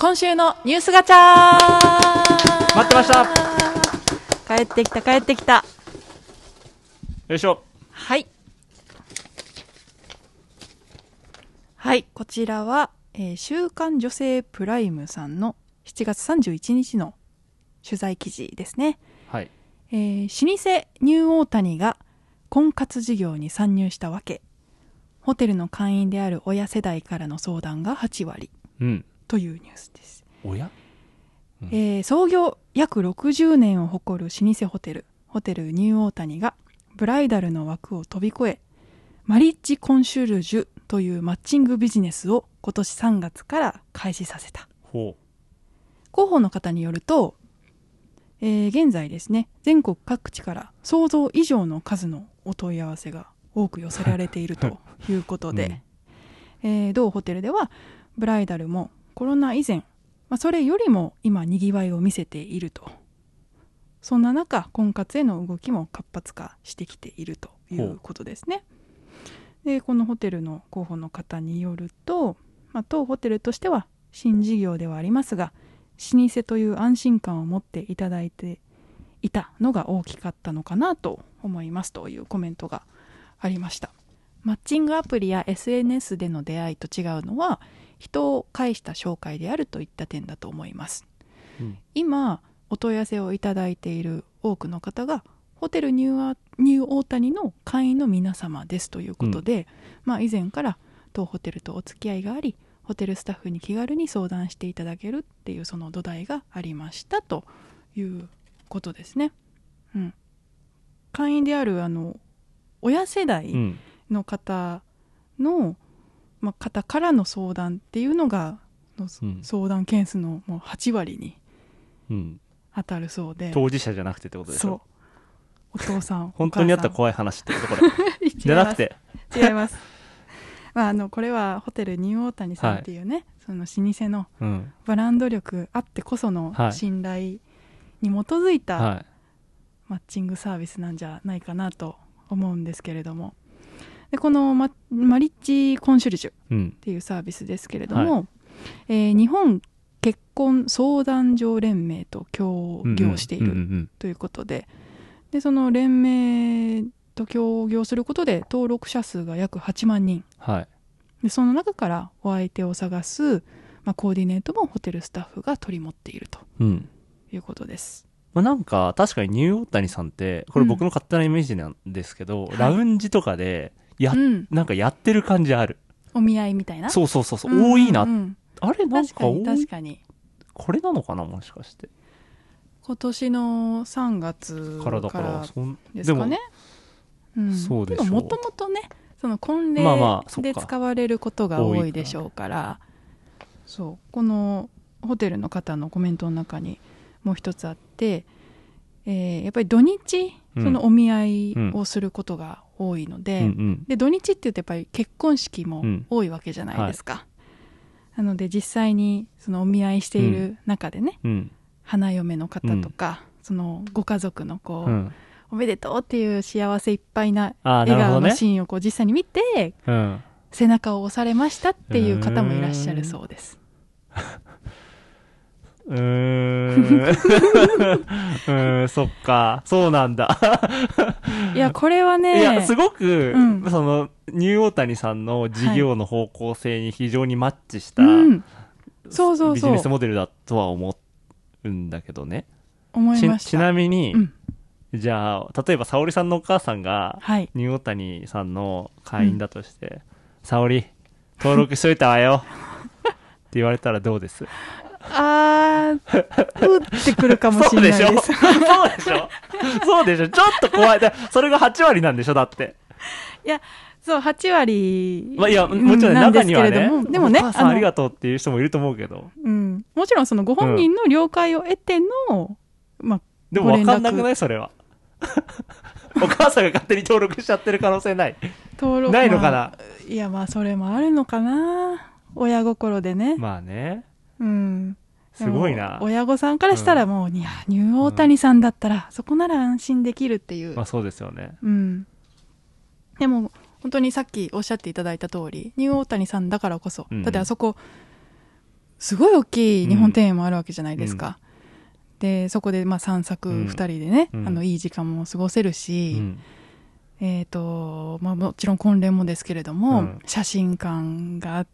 今週のニュースガチャー。 待ってました。 帰ってきた。 よいしょ。 はい、こちらは、週刊女性プライムさんの7月31日の取材記事ですね。 はい。 老舗ニューオータニが婚活事業に参入したわけ。ホテルの会員である親世代からの相談が8割、というニュースです。 親、 創業約60年を誇る老舗ホテルニューオータニがブライダルの枠を飛び越え、マリッジコンシュルジュというマッチングビジネスを今年3月から開始させた。広報の方によると、現在ですね、全国各地から想像以上の数のお問い合わせが多く寄せられているということで、同ホテルではブライダルもコロナ以前、それよりも今にぎわいを見せていると。そんな中、婚活への動きも活発化してきているということですね。で、このホテルの広報の方によると、当ホテルとしては新事業ではありますが、老舗という安心感を持っていただいていたのが大きかったのかなと思いますというコメントがありました。マッチングアプリや SNS での出会いと違うのは、人を介した紹介であるといった点だと思います。今お問い合わせをいただいている多くの方がホテルニューオータニの会員の皆様ですということで、以前から当ホテルとお付き合いがあり、ホテルスタッフに気軽に相談していただけるっていうその土台がありましたということですね。会員である親世代の方の、方からの相談っていうのが、相談件数のもう8割に当たるそうで、 当事者じゃなくてってことでしょ。 そう、お父さん本当にあった怖い話ってことこれじゃなくて違います。これはホテルニューオータニさんっていうね、その老舗のブランド力あってこその信頼に基づいたマッチングサービスなんじゃないかなと思うんですけれども、でこのマリッジコンシェルジュっていうサービスですけれども、日本結婚相談所連盟と協業しているということで、その連盟と協業することで登録者数が約8万人、でその中からお相手を探す、コーディネートもホテルスタッフが取り持っているということです。 なんか確かにニューオータニさんってこれ僕の勝手なイメージなんですけど、ラウンジとかでなんかやってる感じある。 お見合いみたいな。 そう、多いな。あれなんか確かにこれなのかな、もしかして今年の3月からですかね。 そうでしょう。 もともとね、その婚礼で使われることが多いでしょうから、そうこのホテルの方のコメントの中にもう一つあって、やっぱり土日そのお見合いをすることが多いので、で土日って言うとやっぱり結婚式も多いわけじゃないですか。なので実際にそのお見合いしている中でね、花嫁の方とか、そのご家族のおめでとうっていう幸せいっぱいな笑顔のシーンを実際に見て、背中を押されましたっていう方もいらっしゃるそうです。 そっか、そうなんだ。 いや、これはね、 すごく、そのニューオータニさんの事業の方向性に非常にマッチした、ビジネスモデルだとは思うんだけどね。 思いました。 ちなみに、じゃあ例えば沙織さんのお母さんが、ニューオータニさんの会員だとして、沙織登録しといたわよって言われたらどうです？ 打ってくるかもしれないです。 そうでしょ。ちょっと怖い。それが8割なんでしょ、だって。 いや、そう、8割もちろん中にはね、 でもね、 お母さんありがとうっていう人もいると思うけど、 もちろんそのご本人の了解を得ての、 でも分かんなくない？それはお母さんが勝手に登録しちゃってる可能性ない？ないのかな。 いや、それもあるのかな、親心でね。 すごいな。 親御さんからしたらもう、ニューオータニさんだったら、そこなら安心できるっていう。 そうですよね。 でも本当にさっきおっしゃっていただいた通り、ニューオータニさんだからこそ、だってあそこすごい大きい日本庭園もあるわけじゃないですか。でそこで散策2人でね、いい時間も過ごせるし、もちろん婚礼もですけれども、写真館があって、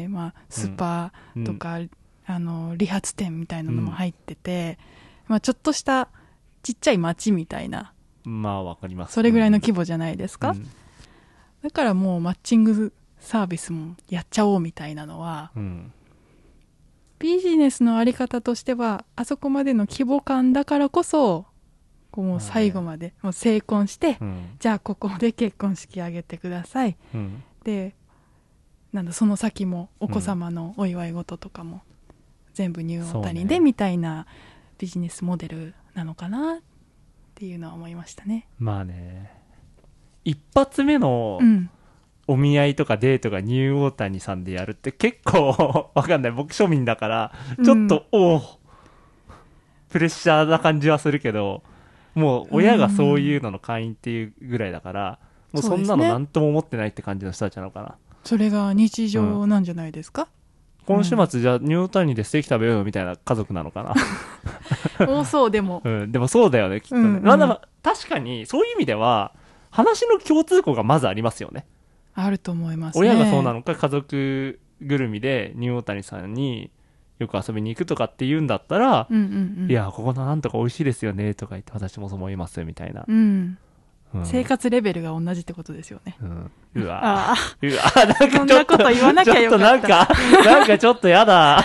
スパとか、理髪店みたいなのも入ってて、ちょっとしたちっちゃい町みたいな、 わかります。 それぐらいの規模じゃないですか。だからもうマッチングサービスもやっちゃおうみたいなのは、ビジネスのあり方としてはあそこまでの規模感だからこそ、もう最後までもう成婚して、じゃあここで結婚式挙げてください、でその先もお子様のお祝い事とかも全部ニューオータニでみたいなビジネスモデルなのかなっていうのは思いましたね。 一発目のお見合いとかデートがニューオータニさんでやるって結構わかんない、僕庶民だからちょっと、プレッシャーな感じはするけど、もう親がそういうのの会員っていうぐらいだから、もうそんなのなんとも思ってないって感じの人たちなのかな。 それが日常なんじゃないですか。 今週末じゃあニューオータニでステーキ食べようよみたいな家族なのかな。 多そうでも、 でもそうだよねきっとね。確かにそういう意味では話の共通項がまずありますよね。 あると思いますね。 親がそうなのか、家族ぐるみでニューオータニさんによく遊びに行くとかって言うんだったら、いやここのなんとか美味しいですよねとか言って私もそう思いますみたいな、生活レベルが同じってことですよね。うわなんかそんなこと言わなきゃよかった。 なんかちょっとやだ。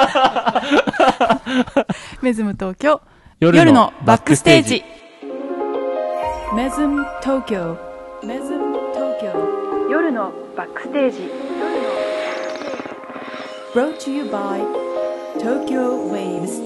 メズム東京夜のバックステージ。メズム東京夜のバックステージ。Brought to you by Tokyo Waves。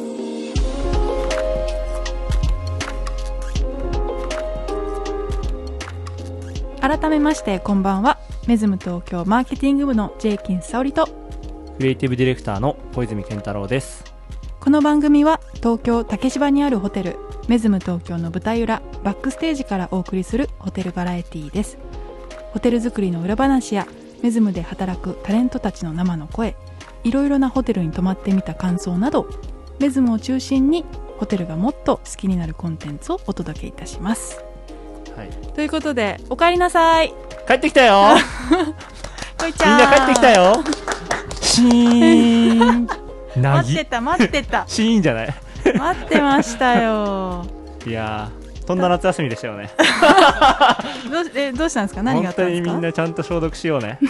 改めましてこんばんは。メズム東京マーケティング部のジェイキン沙織とクリエイティブディレクターの小泉健太郎です。 この番組は東京竹芝にあるホテルメズム東京の舞台裏バックステージからお送りするホテルバラエティです。ホテル作りの裏話やメズムで働くタレントたちの生の声、いろいろなホテルに泊まってみた感想など、メズムを中心にホテルがもっと好きになるコンテンツをお届けいたします。ということでお帰りなさい。 帰ってきたよ。 こいちゃんみんな帰ってきたよ。シーン。 待ってた。 シーンじゃない。 待ってましたよ。 いやー、とんだ夏休みでしたよね。 どうしたんですか。何があったんですか。 本当にみんなちゃんと消毒しようね。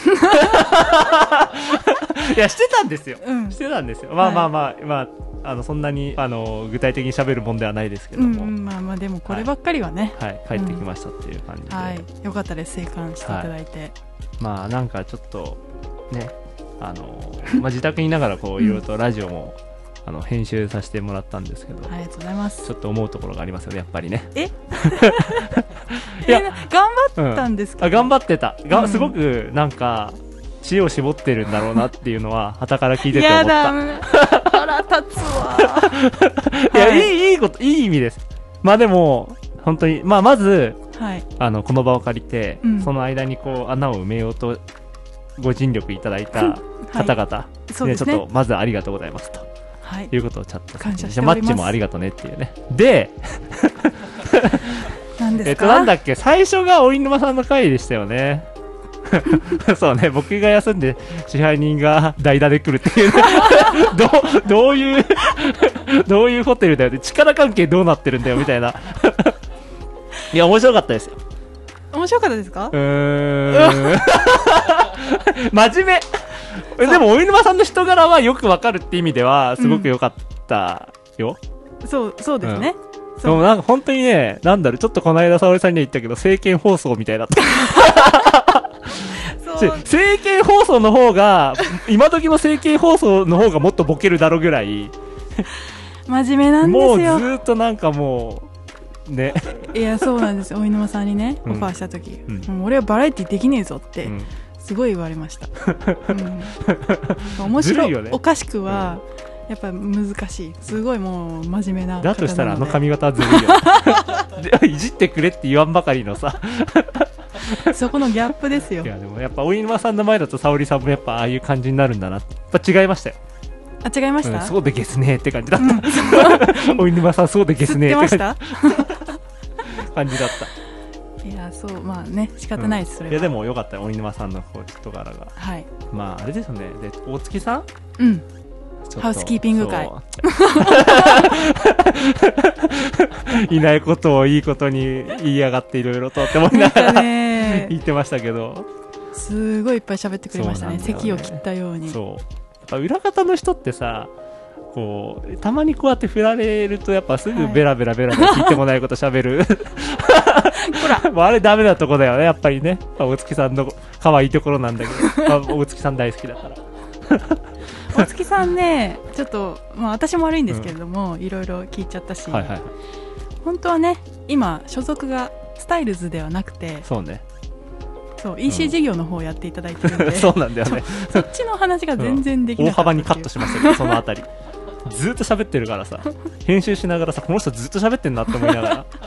いやしてたんですよ。してたんですよ。そんなに具体的に喋るもんではないですけども、 でもこればっかりはね、 帰ってきましたっていう感じで、 よかったです。生還していただいて、 なんかちょっとね、自宅にいながらこういろいろとラジオも編集させてもらったんですけど、 ありがとうございます。 ちょっと思うところがありますよね、やっぱりね。 いや頑張ったんですけど、 頑張ってたすごくなんか知恵を絞ってるんだろうなっていうのは傍から聞いてて思った。 腹立つわ。 いや、いい意味です。でも本当にまず、この場を借りて、その間にこう穴を埋めようとご尽力いただいた方々、ちょっとまずありがとうございますと、いうことをちゃんと感謝しております。 マッチもありがとうねっていうね。で何ですか。 なんだっけ、最初がお犬間さんの回でしたよね。そうね、僕が休んで支配人が代打で来るっていう、ね、どういうホテルだよって、力関係どうなってるんだよみたいな。いや面白かったですよ。 面白かったですか。 真面目。でもお犬間さんの人柄はよくわかるって意味ではすごく良かったよ、 そうですね、 でもなんか本当にね、ちょっとこの間沙織さんには言ったけど政見放送みたいだった。政見放送の方が今時の政見放送の方がもっとボケるだろぐらい真面目なんですよ。 もうずっとなんかもうね。 いやそうなんですよ。お犬間さんにね、オファーした時、もう俺はバラエティできねえぞってすごい言われました。面白いよね。おかしくは、やっぱ難しい。すごいもう真面目な方なので。 だとしたら髪型はずるいよ。いじってくれって言わんばかりのさ。 そこのギャップですよ。 いやでもやっぱお犬間さんの前だと沙織さんもやっぱああいう感じになるんだなって。やっぱ違いましたよ。 あ、違いました、 そうでゲスねって感じだった、お犬間さんそうでゲスねって感じだった。 いや、そう、まあね、仕方ないです、それは。 いやでもよかったよ、お犬間さんのこう人柄が。はい。まああれですよね。で、大月さん、 ハウスキーピング会いないことをいいことに言いやがっていろいろとって思いながら言ってましたけど、 すごいいっぱい喋ってくれましたね。咳を切ったように。 そう、やっぱ裏方の人ってさ、こうたまにこうやって振られるとやっぱすぐベラベラベラベラ聞いてもないこと喋る、ほらもうあれダメなとこだよね、やっぱりね。大月さんの可愛いところなんだけど、大月さん大好きだから大月さんね、ちょっと、まあ、私も悪いんですけれども、いろいろ聞いちゃったし、本当はね、今所属がスタイルズではなくて、 そうね、 そう EC 事業の方をやっていただいてるんで、 そうなんだよね。 そっちの話が全然できなかった、 大幅にカットしましたけど、そのあたりずっと喋ってるからさ、編集しながらさ、この人ずっと喋ってんなって思いながら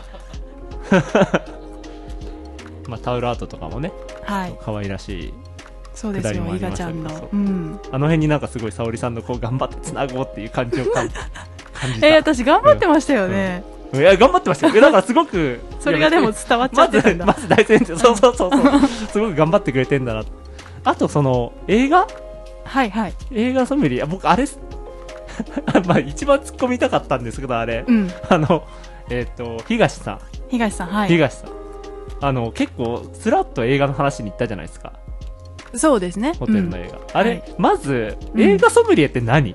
まあタオルアートとかもね、可愛らしい。 そうですよ、伊賀ちゃんの、 あの辺になんかすごい沙織さんのこう頑張ってつなごうっていう感じを感じた。 私頑張ってましたよね。 いや頑張ってましたよ。だからすごくそれがでも伝わっちゃってたんだ。 まず大前提、そうすごく頑張ってくれてんだな。あとその映画、映画ソムリエ、僕あれまあ一番突っ込みたかったんですけど、あれ、東さん、東さん、結構スラッと映画の話に行ったじゃないですか。 そうですね、 ホテルの映画、あれ、まず映画ソムリエって何、映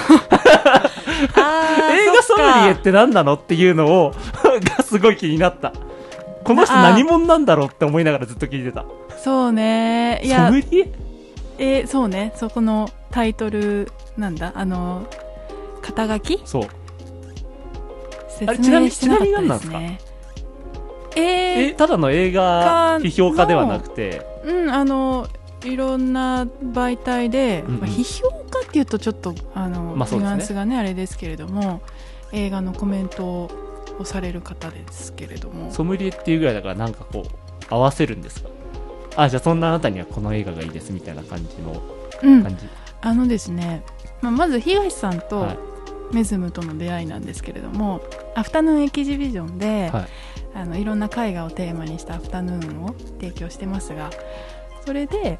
画ソムリエって何なのっていうのをがすごい気になった。この人何者なんだろうって思いながらずっと聞いてた。 そうね、いや、 ソムリエ、 そうね、そこのタイトルなんだ、肩書き、 そう、 説明してなかったですね。 ただの映画批評家ではなくて、 いろんな媒体で、批評家っていうとちょっとニュアンスがねあれですけれども、映画のコメントをされる方ですけれども、 ソムリエっていうぐらいだから、なんかこう合わせるんですか。じゃあそんなあなたにはこの映画がいいですみたいな感じの感じ。 ですね、まず東さんとメズムとの出会いなんですけれども、アフタヌーンエキジビジョンで、いろんな絵画をテーマにしたアフタヌーンを提供してますが、それで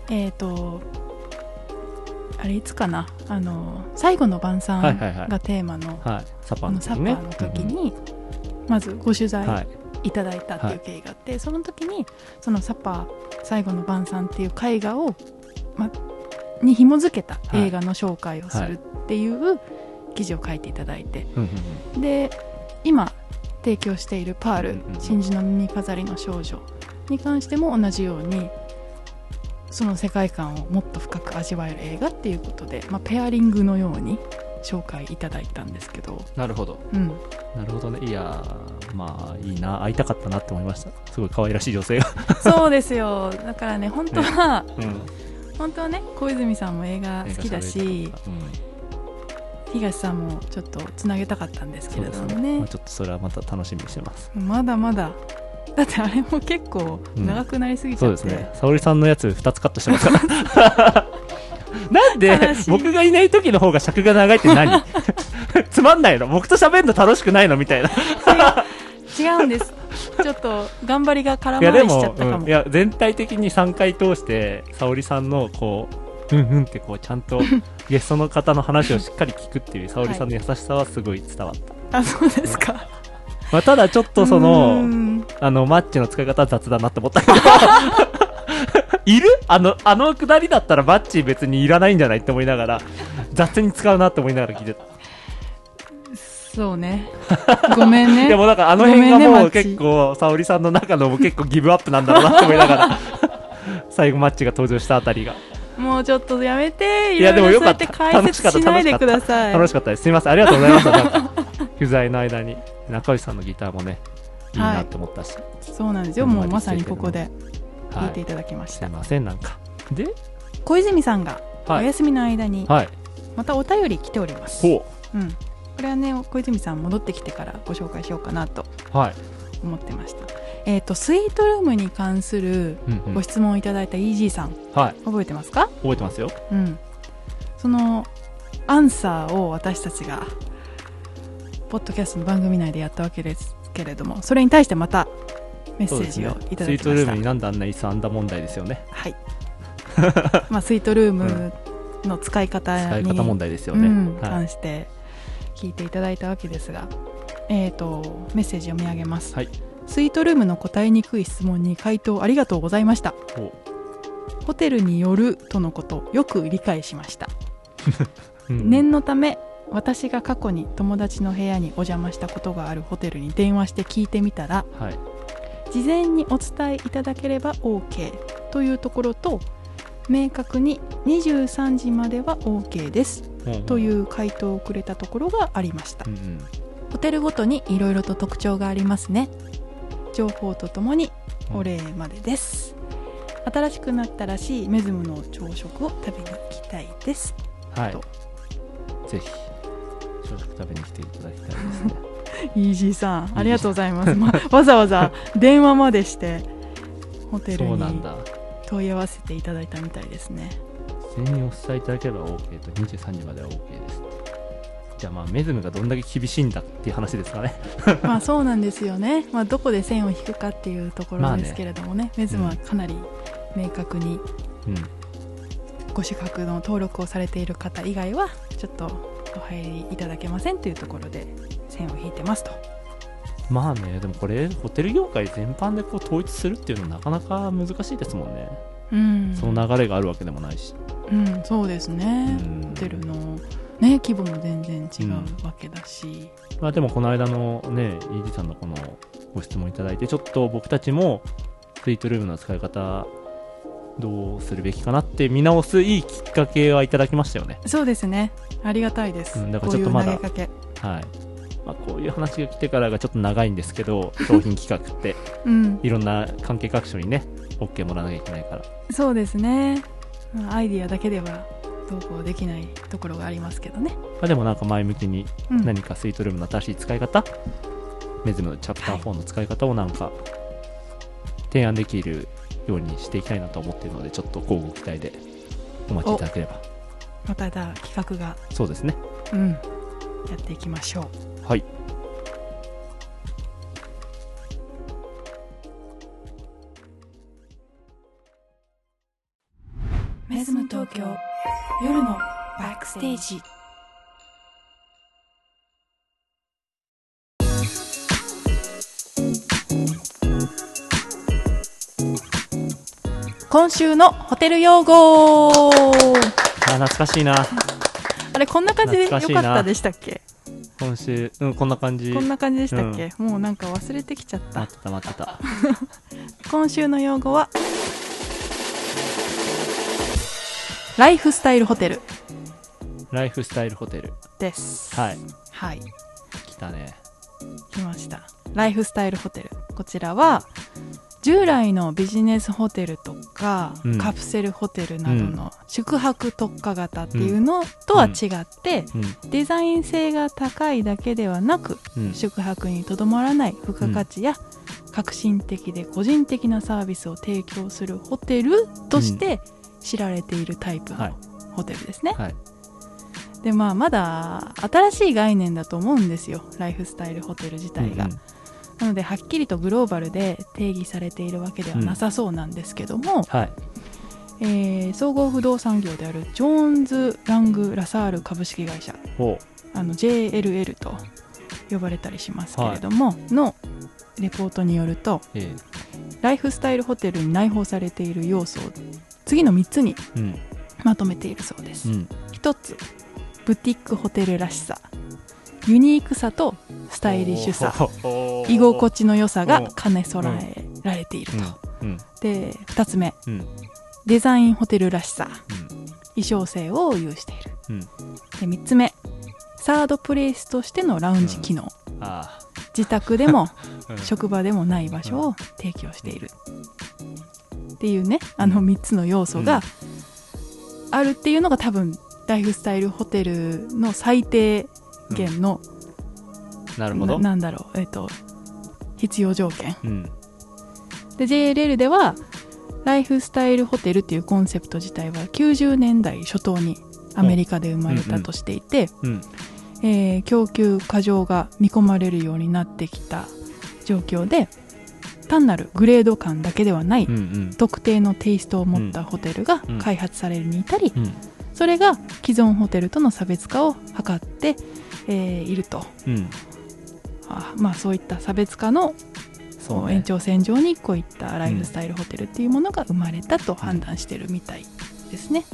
あれいつかな、最後の晩餐がテーマのサッパーの時にまずご取材いただいたっていう経緯があって、その時にそのサッパー最後の晩餐っていう絵画を、に紐づけた映画の紹介をするっていう記事を書いていただいて、で今提供しているパール、真珠の耳飾りの少女に関しても同じように、その世界観をもっと深く味わえる映画っていうことで、ペアリングのように紹介いただいたんですけど。 なるほど、なるほどね。いやいいな、会いたかったなって思いました。すごい可愛らしい女性がそうですよ。だからね、本当はね、小泉さんも映画好きだし、東さんもちょっとつなげたかったんですけれどもね。 ちょっとそれはまた楽しみにしてます。 まだまだだってあれも結構長くなりすぎちゃって、 そうですね、沙織さんのやつ2つカットしてますからなんで僕がいない時の方が尺が長いって何つまんないの、僕と喋るの楽しくないのみたいな違うんです、ちょっと頑張りが空回りしちゃったかも。 いや全体的に3回通して沙織さんのこうってこうちゃんとゲストの方の話をしっかり聞くっていう沙織さんの優しさはすごい伝わった、 そうですか。 ただちょっとそのマッチの使い方は雑だなって思ったけどいるあのくだりだったらマッチ別にいらないんじゃないって思いながら、雑に使うなって思いながら聞いてた。 そうね、ごめんね。 でもなんかあの辺がもう結構沙織さんの中の結構ギブアップなんだろうなって思いながら最後マッチが登場したあたりが、 もうちょっとやめて、いろいろそうやって解説しないでください。 楽しかったです。すみません、ありがとうございましたなんか不在の間に中内さんのギターもねいいなって思ったし、 そうなんですよ。もうまさにここで弾いていただきました。 すいません、なんかで小泉さんがお休みの間にまたお便り来ております。これはね、小泉さん戻ってきてからご紹介しようかなと思ってました。スイートルームに関するご質問をいただいた EG さん、覚えてますか？ 覚えてますよ。 そのアンサーを私たちがポッドキャストの番組内でやったわけですけれども、それに対してまたメッセージをいただきました。 スイートルームになんであんな椅子あんだ問題ですよね。 はいまあスイートルームの使い方に、 問題ですよね、 関して聞いていただいたわけですが、メッセージ読み上げます、はい。スイートルームの答えにくい質問に回答ありがとうございました。ホテルによるとのことよく理解しました、念のため私が過去に友達の部屋にお邪魔したことがあるホテルに電話して聞いてみたら、はい、事前にお伝えいただければ OK というところと、明確に23時までは OK ですという回答をくれたところがありました、ホテルごとにいろいろと特徴がありますね。情報とともにお礼までです、新しくなったらしいメズムの朝食を食べに行きたいです、 はい、ぜひ朝食食べに来ていただきたいですねイージーさんありがとうございます、わざわざ電話までしてホテルに問い合わせていただいたみたいですね。 事前にお伝えいただければ OK と23時までは OK です。じゃあまあメズムがどんだけ厳しいんだっていう話ですかねまあそうなんですよね、どこで線を引くかっていうところですけれどもね、メズムはかなり明確に、ご宿泊の登録をされている方以外はちょっとお入りいただけませんというところで線を引いてますと。 まあね、でもこれホテル業界全般でこう統一するっていうのはなかなか難しいですもんね、その流れがあるわけでもないし、 そうですね、ホテルのね、規模も全然違うわけだし、 まあでもこの間のね、ED さんのこのご質問いただいて、ちょっと僕たちもスイートルームの使い方どうするべきかなって見直すいいきっかけはいただきましたよね。 そうですね、ありがたいです、 だからちょっとまだこういう投げかけ、 はい、こういう話が来てからがちょっと長いんですけど商品企画って、いろんな関係各所にね OK もらわなきゃいけないから。 そうですね、アイディアだけではどうこうできないところがありますけどね、 でもなんか前向きに何かスイートルームの新しい使い方、メズムのチャプター4の使い方をなんか提案できるようにしていきたいなと思っているので、ちょっと乞うご期待でお待ちいただければ。 また企画が、 そうですね、 やっていきましょう。 はい。 メズム東京夜のバックステージ。今週のホテル用語。 懐かしいな。 あれこんな感じでよかったでしたっけ？ 今週、こんな感じ。 こんな感じでしたっけ？もうなんか忘れてきちゃった。 待ってた。 今週の用語はライフスタイルホテル。 ライフスタイルホテルです。 はい。 来たね。 来ました。ライフスタイルホテル。こちらは従来のビジネスホテルとか、カプセルホテルなどの宿泊特化型っていうのとは違って、デザイン性が高いだけではなく、宿泊にとどまらない付加価値や革新的で個人的なサービスを提供するホテルとして知られているタイプのホテルですね。でまだ新しい概念だと思うんですよ、ライフスタイルホテル自体が。なのではっきりとグローバルで定義されているわけではなさそうなんですけども、総合不動産業であるジョーンズ・ラング・ラサール株式会社、JLL と呼ばれたりしますけれども、のレポートによると、ライフスタイルホテルに内包されている要素を次の3つにまとめているそうです。1つ、ブティックホテルらしさ、ユニークさとスタイリッシュさ、居心地の良さが兼ね備えられていると。で2つ目、デザインホテルらしさ、衣装性を有している。で3つ目、サードプレイスとしてのラウンジ機能、自宅でも職場でもない場所を提供しているっていうね、3つの要素があるっていうのが多分ライフスタイルホテルの最低限の、なんだろう、必要条件、で JLL ではライフスタイルホテルっていうコンセプト自体は90年代初頭にアメリカで生まれたとしていて、供給過剰が見込まれるようになってきた状況で、単なるグレード感だけではない特定のテイストを持ったホテルが開発されるに至り、それが既存ホテルとの差別化を図って、いると、そういった差別化の延長線上にこういったライフスタイルホテルっていうものが生まれたと判断してるみたいですね。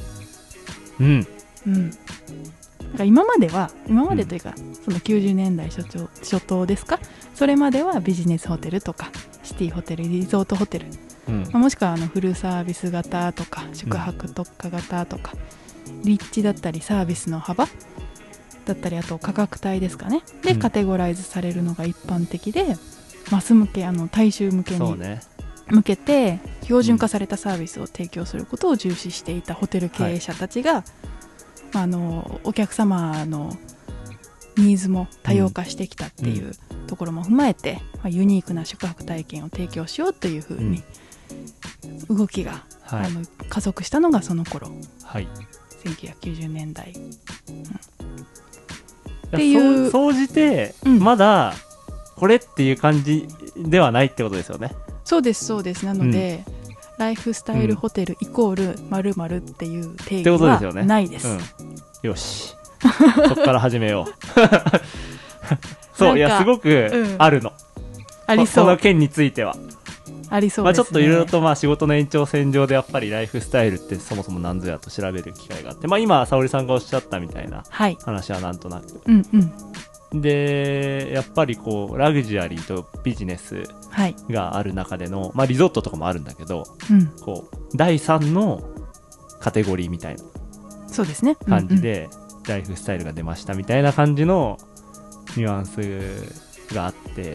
だから今までというか、その90年代初頭ですか、それまではビジネスホテルとかシティホテル、リゾートホテル、もしくはフルサービス型とか宿泊特化型とか、立地だったりサービスの幅だったり、あと価格帯ですかね、でカテゴライズされるのが一般的で、マス向け、大衆向けに向けて標準化されたサービスを提供することを重視していたホテル経営者たちが、お客様のニーズも多様化してきたっていうところも踏まえて、ユニークな宿泊体験を提供しようというふうに動きが、加速したのがその頃、1990年代、 っていう総じて、まだこれっていう感じではないってことですよね。 そうですなので、ライフスタイルホテルイコール〇〇っていう定義はないです。 よしそこから始めようそう、いやすごくあるの、ありそう、その件についてはありそうですね。 ちょっといろいろと仕事の延長線上でやっぱりライフスタイルってそもそも何ぞやと調べる機会があって、今沙織さんがおっしゃったみたいな話はなんとなく、でやっぱりこうラグジュアリーとビジネスがある中での、リゾートとかもあるんだけど、こう第3のカテゴリーみたいな感じでライフスタイルが出ましたみたいな感じのニュアンスがあって、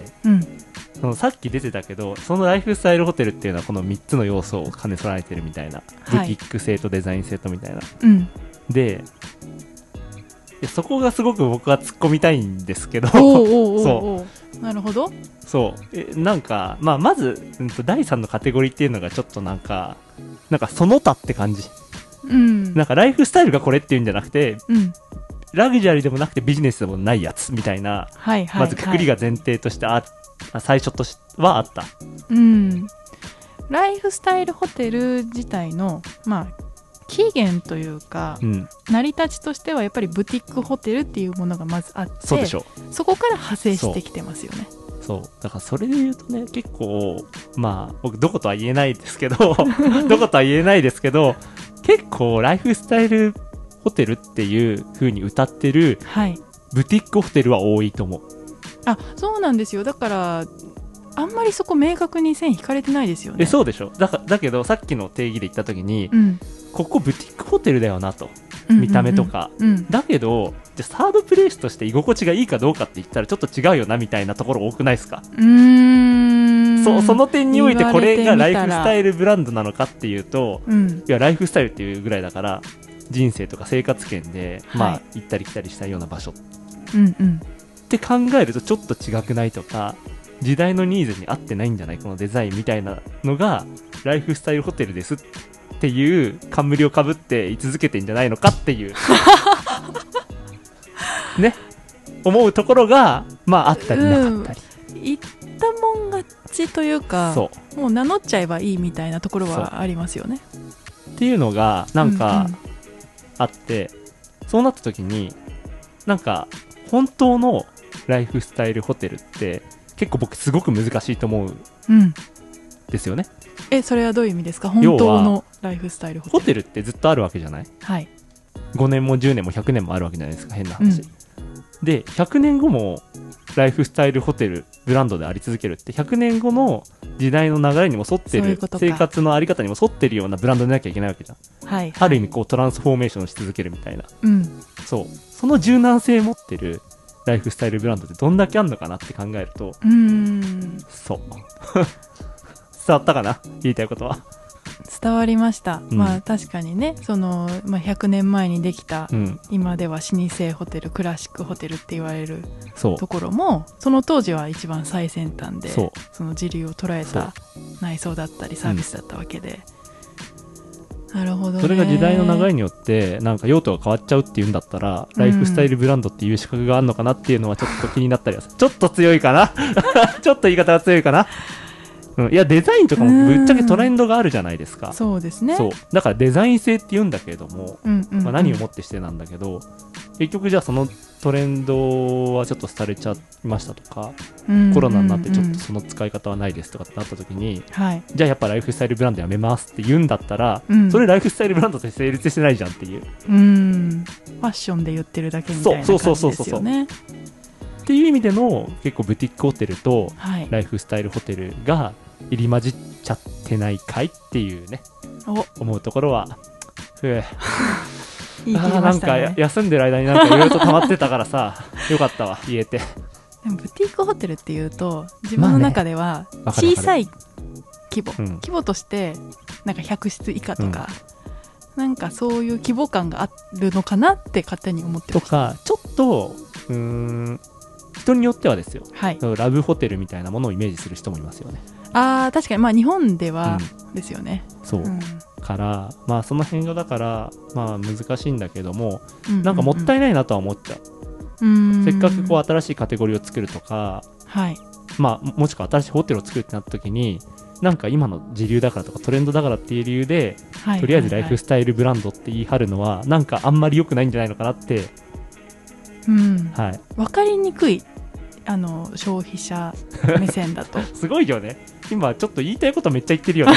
そのさっき出てたけど、そのライフスタイルホテルっていうのはこの3つの要素を兼ね備えてるみたいな、ブティック性とデザイン性とみたいな、でそこがすごく僕は突っ込みたいんですけどそうなるほど。 そうなんか、まず、第3のカテゴリーっていうのがちょっとなんかその他って感じ、なんかライフスタイルがこれっていうんじゃなくて、ラグジュアリーでもなくてビジネスでもないやつみたいな、まずくくりが前提として最初としてはあった。 ライフスタイルホテル自体の起源というか、成り立ちとしてはやっぱりブティックホテルっていうものがまずあって、そこから派生してきてますよね。 そうだからそれで言うとね、結構僕どことは言えないですけどどことは言えないですけど、結構ライフスタイルホテルっていう風に歌ってるブティックホテルは多いと思う。 そうなんですよ。だからあんまりそこ明確に線引かれてないですよね。 そうでしょ。だけどさっきの定義で言った時に、ここブティックホテルだよなと、見た目とか、だけどじゃサードプレイスとして居心地がいいかどうかって言ったらちょっと違うよなみたいなところ多くないですか？その点においてこれがライフスタイルブランドなのかっていうと、いやライフスタイルっていうぐらいだから人生とか生活圏で、行ったり来たりしたような場所、って考えるとちょっと違くないとか、時代のニーズに合ってないんじゃないこのデザインみたいなのがライフスタイルホテルですっていう冠をかぶって居続けてんじゃないのかっていうね、思うところがあったりなかったり、 言ったもん勝ちというか、もう名乗っちゃえばいいみたいなところはありますよね。 っていうのがなんかあって、そうなった時になんか本当のライフスタイルホテルって結構僕すごく難しいと思うんですよね。 それはどういう意味ですか？本当のライフスタイルホテル。 ホテルってずっとあるわけじゃない？5年も10年も100年もあるわけじゃないですか、変な話、で100年後もライフスタイルホテルブランドであり続けるって、100年後の時代の流れにも沿ってる、生活のあり方にも沿ってるようなブランドでなきゃいけないわけじゃん、ある意味こうトランスフォーメーションし続けるみたいな、その柔軟性持ってるライフスタイルブランドってどんだけあんのかなって考えると、そう伝わったかな、言いたいことは。 伝わりました、確かにね、その、100年前にできた、今では老舗ホテル、クラシックホテルって言われるところも、その当時は一番最先端で、その時流を捉えた内装だったりサービスだったわけで、 なるほどね。 それが時代の流れによってなんか用途が変わっちゃうっていうんだったら、ライフスタイルブランドっていう資格があるのかなっていうのはちょっと気になったりはする。ちょっと強いかなちょっと言い方が強いかな、いやデザインとかもぶっちゃけトレンドがあるじゃないですか。 そうですね。 そうだからデザイン性って言うんだけれども、何をもってしてなんだけど、結局じゃあそのトレンドはちょっと廃れちゃいましたとか、コロナになってちょっとその使い方はないですとかってなった時に、じゃあやっぱライフスタイルブランドやめますって言うんだったら、それライフスタイルブランドって成立してないじゃんっていう、ファッションで言ってるだけみたいな感じですよね。 っていう意味での結構ブティックホテルとライフスタイルホテルが入り混じっちゃってないかいっていうね、思うところは言い切りましたね。なんか休んでる間になんかいろいろと溜まってたからさよかったわ言えて。 でもブティックホテルっていうと自分の中では小さい規模としてなんか100室以下とか、なんかそういう規模感があるのかなって勝手に思ってました。 とかちょっと人によってはですよ、ラブホテルみたいなものをイメージする人もいますよね。 確かにまあ日本ではですよね。 そうからまあその辺がだからまあ難しいんだけども、なんかもったいないなとは思っちゃう。せっかくこう新しいカテゴリーを作るとか、まあもしくは新しいホテルを作るってなった時に、なんか今の時流だからとかトレンドだからっていう理由で、とりあえずライフスタイルブランドって言い張るのはなんかあんまり良くないんじゃないのかなって、分かりにくい消費者目線だとすごいよね。今ちょっと言いたいことめっちゃ言ってるよね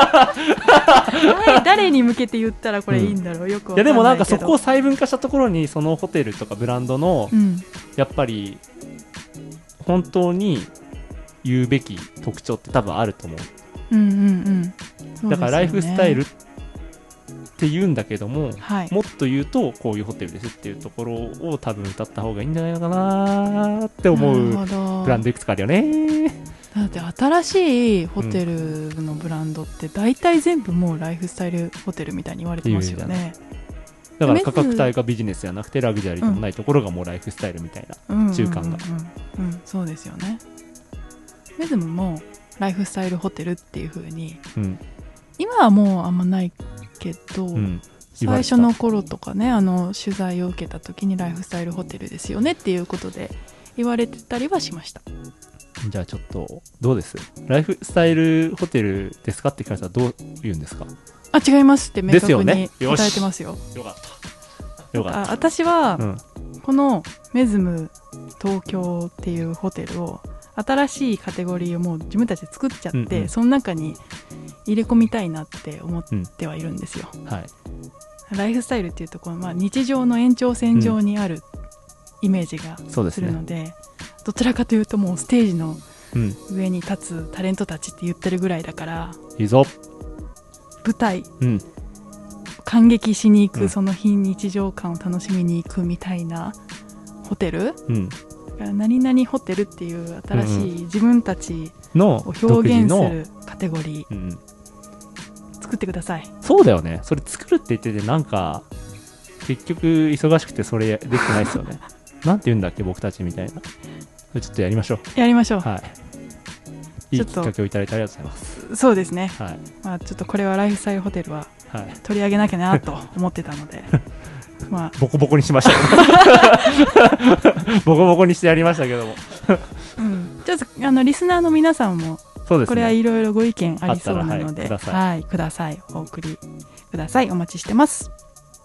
誰に向けて言ったらこれいいんだろう、よくわかんないけど。いやでもなんかそこを細分化したところにそのホテルとかブランドの、やっぱり本当に言うべき特徴って多分あると思う。だからライフスタイルって言うんだけども、もっと言うとこういうホテルですっていうところを多分歌った方がいいんじゃないのかなって思うブランドいくつかあるよね。 だって新しいホテルのブランドって大体全部もうライフスタイルホテルみたいに言われてますよね。 だから価格帯がビジネスじゃなくてラグジュアリーでもないところがもうライフスタイルみたいな中間が、そうですよね。メズムもライフスタイルホテルっていう風に、今はもうあんまないけど、最初の頃とかね、取材を受けた時にライフスタイルホテルですよねっていうことで言われてたりはしました。じゃあちょっとどうです？ライフスタイルホテルですかって聞かれたらどう言うんですか？ 違いますって明確に答えてますよ。 よかったよかった。 私は、このメズム東京っていうホテルを新しいカテゴリーをもう自分たちで作っちゃって、その中に入れ込みたいなって思ってはいるんですよ。ライフスタイルっていうところ、日常の延長線上にあるイメージがするので、どちらかというともうステージの上に立つタレントたちって言ってるぐらいだから、 いいぞ舞台、感激しに行く、その非日常感を楽しみに行くみたいなホテル、何々ホテルっていう新しい自分たちを表現するカテゴリー、作ってください。 そうだよね。それ作るって言っててなんか結局忙しくてそれできてないですよねなんて言うんだっけ僕たちみたいな。ちょっとやりましょう。 やりましょう。 いいきっかけをいただいてありがとうございます。 そうですね。ちょっとこれはライフスタイルホテルは取り上げなきゃなと思ってたのでボコボコにしましたけどボコボコにしてやりましたけどもちょっとリスナーの皆さんもこれはいろいろご意見ありそうなので、ください。お送りください。お待ちしてます。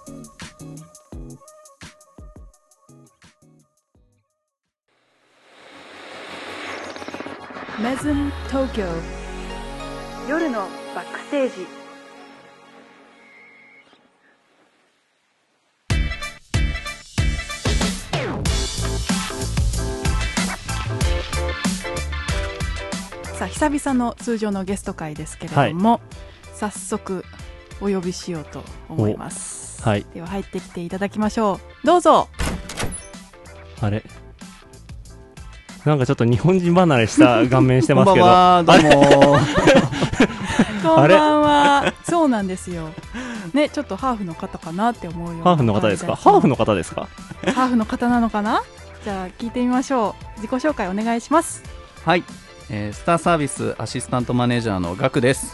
メズム東京夜のバックステージ。さあ久々の通常のゲスト会ですけれども、早速お呼びしようと思います。では入ってきていただきましょう。どうぞ。 あれなんかちょっと日本人離れした顔面してますけどこんばんは、どうもこんばんは。そうなんですよね。ちょっとハーフの方かなって思うような。 ハーフの方ですか？ハーフの方ですか？ ハーフの方なのかな。じゃあ聞いてみましょう。自己紹介お願いします。 はい、スターサービスアシスタントマネージャーのガクです。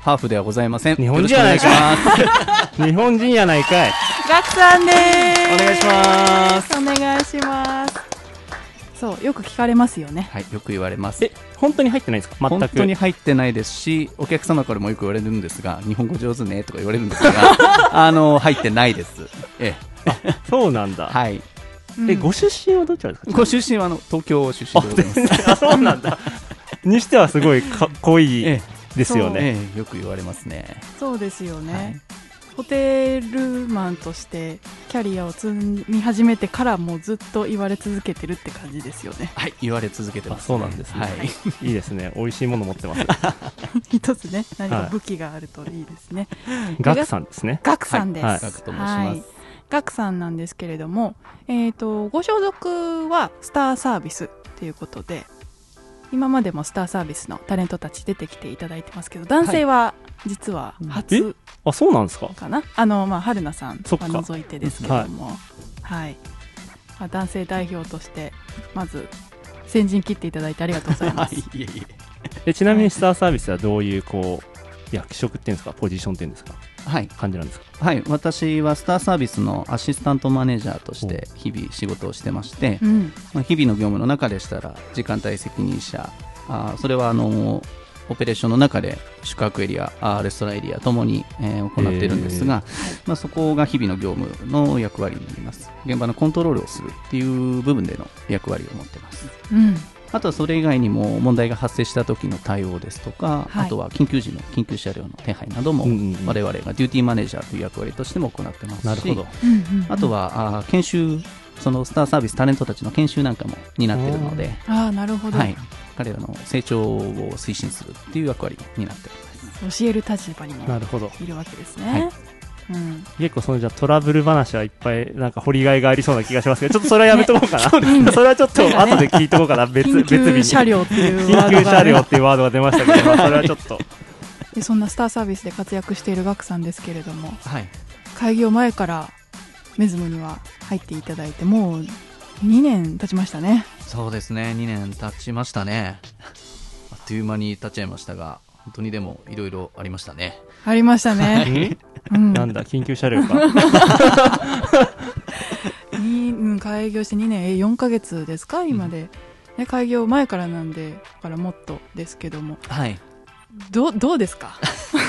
ハーフではございません。 日本人やないかい。 よろしくお願いします。 日本人やないかい。 ガクさんでーす。 お願いします。 お願いします。そう、よく聞かれますよね。 はい、よく言われます。 本当に入ってないですか？全く。 本当に入ってないですし、お客様からもよく言われるんですが、日本語上手ねとか言われるんですが入ってないです。 そうなんだ。 はい。 ご出身はどちらですか？ ご出身は東京出身でございます。 あ、そうなんだ。にしてはすごいかっこいいですよね。 よく言われますね。 そうですよね。はい、ホテルマンとしてキャリアを積み始めてからもうずっと言われ続けてるって感じですよね。 はい、言われ続けてます、ね。 そうなんですね。はい、いいですね。美味しいもの持ってます。 一つね、何か武器があるといいですね。 ガクさんですね。 ガクさんです。 ガクと申します。 ガクさんなんですけれども、ご所属はスターサービスということで、今までもスターサービスのタレントたち出てきていただいてますけど、男性は実は初あ、そうなんですか？ かな。春菜さんは除いてですけども、はい。男性代表としてまず先陣切っていただいてありがとうございます。 いえいえ。 ちなみにスターサービスはどういう役職っていうんですか、ポジションっていうんですか、 はい、 感じなんですか？ はい、私はスターサービスのアシスタントマネージャーとして日々仕事をしてまして、日々の業務の中でしたら時間帯責任者、それはオペレーションの中で宿泊エリア、レストランエリアともに、行っているんですが、そこが日々の業務の役割になります。現場のコントロールをするっていう部分での役割を持っています。あとはそれ以外にも問題が発生した時の対応ですとか、あとは緊急時の緊急車両の手配なども我々がデューティーマネージャーという役割としても行ってますし、 なるほど。 あとは研修、そのスターサービスタレントたちの研修なんかも担っているので、 なるほど、はい、 彼らの成長を推進するっていう役割になっております。 教える立場にもいるわけですね。 結構じゃトラブル話はいっぱいなんか掘りがいがありそうな気がしますけど、ちょっとそれはやめとこうかな。それはちょっと後で聞いとこうかな。 緊急車両っていうワードが、緊急車両っていうワードが出ましたけど、それはちょっと。 でそんなスターサービスで活躍しているガクさんですけれども、開業前からメズムには入っていただいてもう2年経ちましたね。 そうですね、2年経ちましたね。あっという間に経っちゃいましたが、本当にでもいろいろありましたね。 ありましたね。 なんだ緊急車両か。 開業して2年4ヶ月ですか今で、開業前からなんで、だからもっとですけども、どうですか？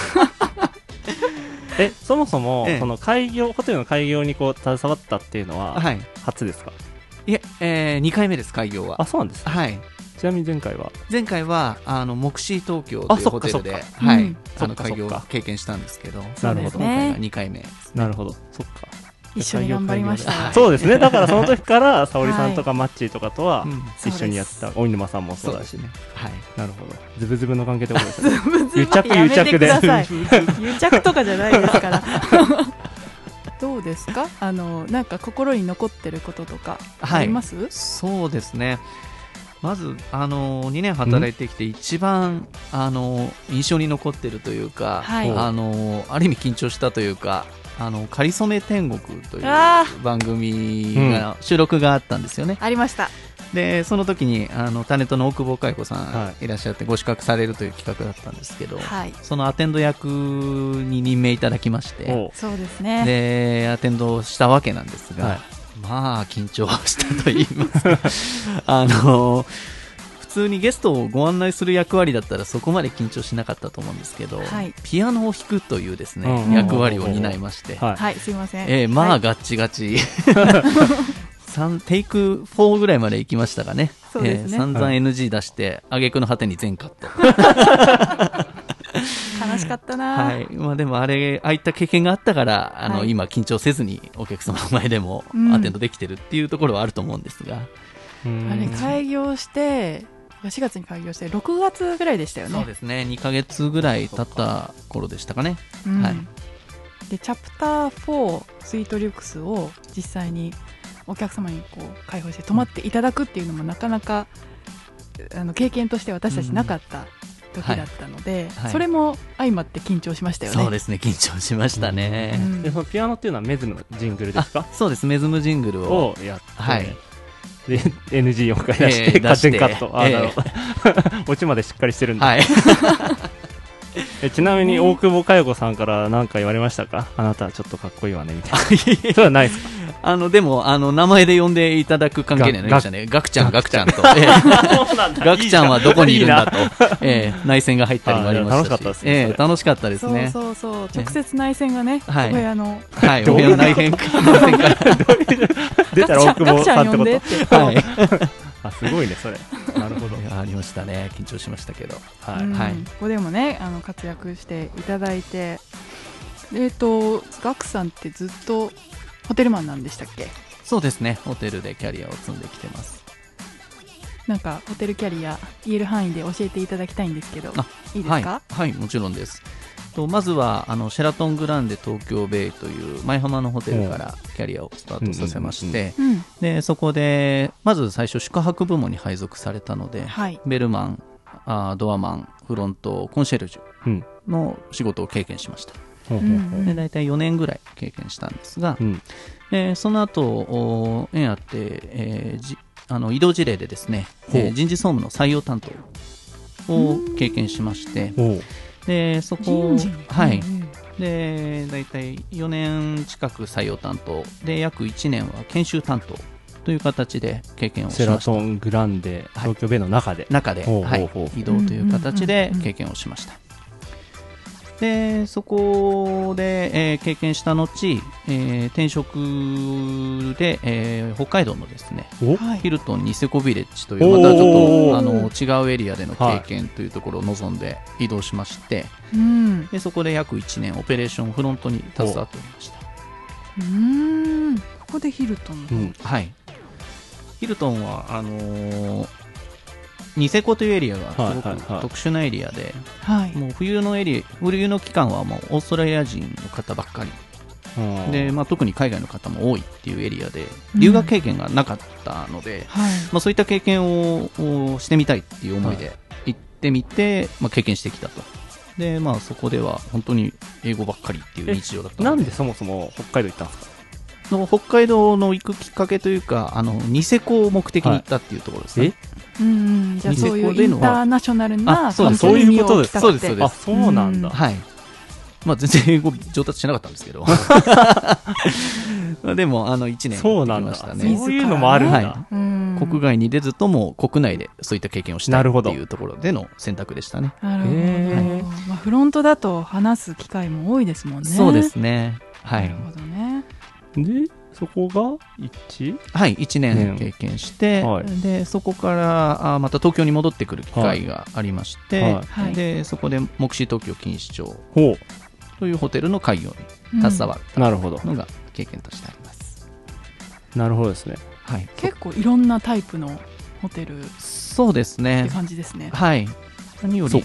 そもそもその開業、ホテルの開業に携わったっていうのは初ですか？ いえ、2回目です、開業は。 あ、そうなんです。はい。ちなみに前回はモクシー東京というホテルで開業経験したんですけど、 なるほど、 今回が2回目。 なるほど、そっか。 一緒に頑張りました。 そうですね。だからその時から沙織さんとかマッチーとかとは一緒にやった。大沼さんもそうだしね。はい。なるほど。ズブズブの関係ってことですね。癒着で。 癒着とかじゃないですから。どうですか？なんか心に残ってることとかあります？ そうですね。まず2年働いてきて一番印象に残ってるというか、ある意味緊張したというか、かりそめ天国という番組が収録があったんですよね。 ありました。 でその時にタレントの大久保佳代子さんいらっしゃってご宿泊されるという企画だったんですけど、そのアテンド役に任命いただきまして、 そうですね。 でアテンドしたわけなんですが、まあ緊張したと言いますか普通にゲストをご案内する役割だったらそこまで緊張しなかったと思うんですけど、ピアノを弾くというですね、役割を担いまして、 すいません、 まあガッチガチテイク4ぐらいまで行きましたかね。散々 NG 出して挙句の果てに全カット悲しかったな。 でもああいった経験があったから今緊張せずにお客様の前でもアテンドできてるっていうところはあると思うんですが、 あれ開業して4月に開業して6月ぐらいでしたよね。 そうですね、2ヶ月ぐらい経った頃でしたかね。 でチャプター4スイートリュクスを実際にお客様に開放して泊まっていただくっていうのもなかなか経験として私たちなかった時だったので、それも相まって緊張しましたよね。 そうですね、緊張しましたね。 でそのピアノっていうのはメズムジングルですか？ そうです、メズムジングルをやって、で NG を回出して、カット、オチまでしっかりしてるんで、 ちなみに大久保佳代子さんから何か言われましたか？あなたはちょっちょっとかっこいいわねみたいな。それはないですか？ でも名前で呼んでいただく関係になりましたね。ガクちゃんと、ガクちゃんはどこにいるんだと、内戦が入ったりもありましたし、楽しかったですね。楽しかったですね。 そう直接内戦がね、お部屋の、 はい、お部屋の内戦から出たら大久保さんってこと。 はい。 あ、すごいねそれ。なるほど。 ありましたね。緊張しましたけど。 はい。ここでもね、活躍していただいて、ガクさんってずっとホテルマンなんでしたっけ？ そうですね。ホテルでキャリアを積んできてます。 なんかホテルキャリア言える範囲で教えていただきたいんですけど、いいですか？ はい、もちろんです。まずはシェラトングランデ東京ベイという舞浜のホテルからキャリアをスタートさせまして、でそこでまず最初宿泊部門に配属されたので、ベルマン、ドアマン、フロント、コンシェルジュの仕事を経験しました。で大体4年ぐらい経験したんですが、その後縁あって、異動事例でですね、人事総務の採用担当を経験しまして、でそこで大体4年近く採用担当で約1年は研修担当という形で経験をしました。 セラトングランデ東京ベイの中で移動という形で経験をしました。でそこで、経験した後、転職で、北海道のですねヒルトンニセコビレッジというまたちょっと違うエリアでの経験というところを望んで移動しまして、でそこで約1年オペレーションフロントに携わっておりました。 ここでヒルトン、 はい。ヒルトンはニセコというエリアがすごく特殊なエリアで、もう冬の期間はもうオーストラリア人の方ばっかりで、特に海外の方も多いっていうエリアで留学経験がなかったので、そういった経験をしてみたいっていう思いで行ってみて、経験してきたと。でそこでは本当に英語ばっかりっていう日常だったので。 なんでそもそも北海道行ったんですか？ 北海道の行くきっかけというかニセコを目的に行ったっていうところですね。 じゃあそういうインターナショナルなそういうことです。 そうです。 あ、そうなんだ。 はい。全然英語上達しなかったんですけどでも1年そうなんだ。そういうのもあるんだ。 国外に出ずとも国内でそういった経験をしたいっていうところでの選択でしたね。 なるほど。フロントだと話す機会も多いですもんね。 そうですね。はい。 なるほどね。 でそこが 1年経験して、でそこからまた東京に戻ってくる機会がありまして、でそこでモクシー東京錦糸町というホテルの開業に携わったのが経験としてあります。 なるほどですね。 結構いろんなタイプのホテルそうですねって感じですね。 何より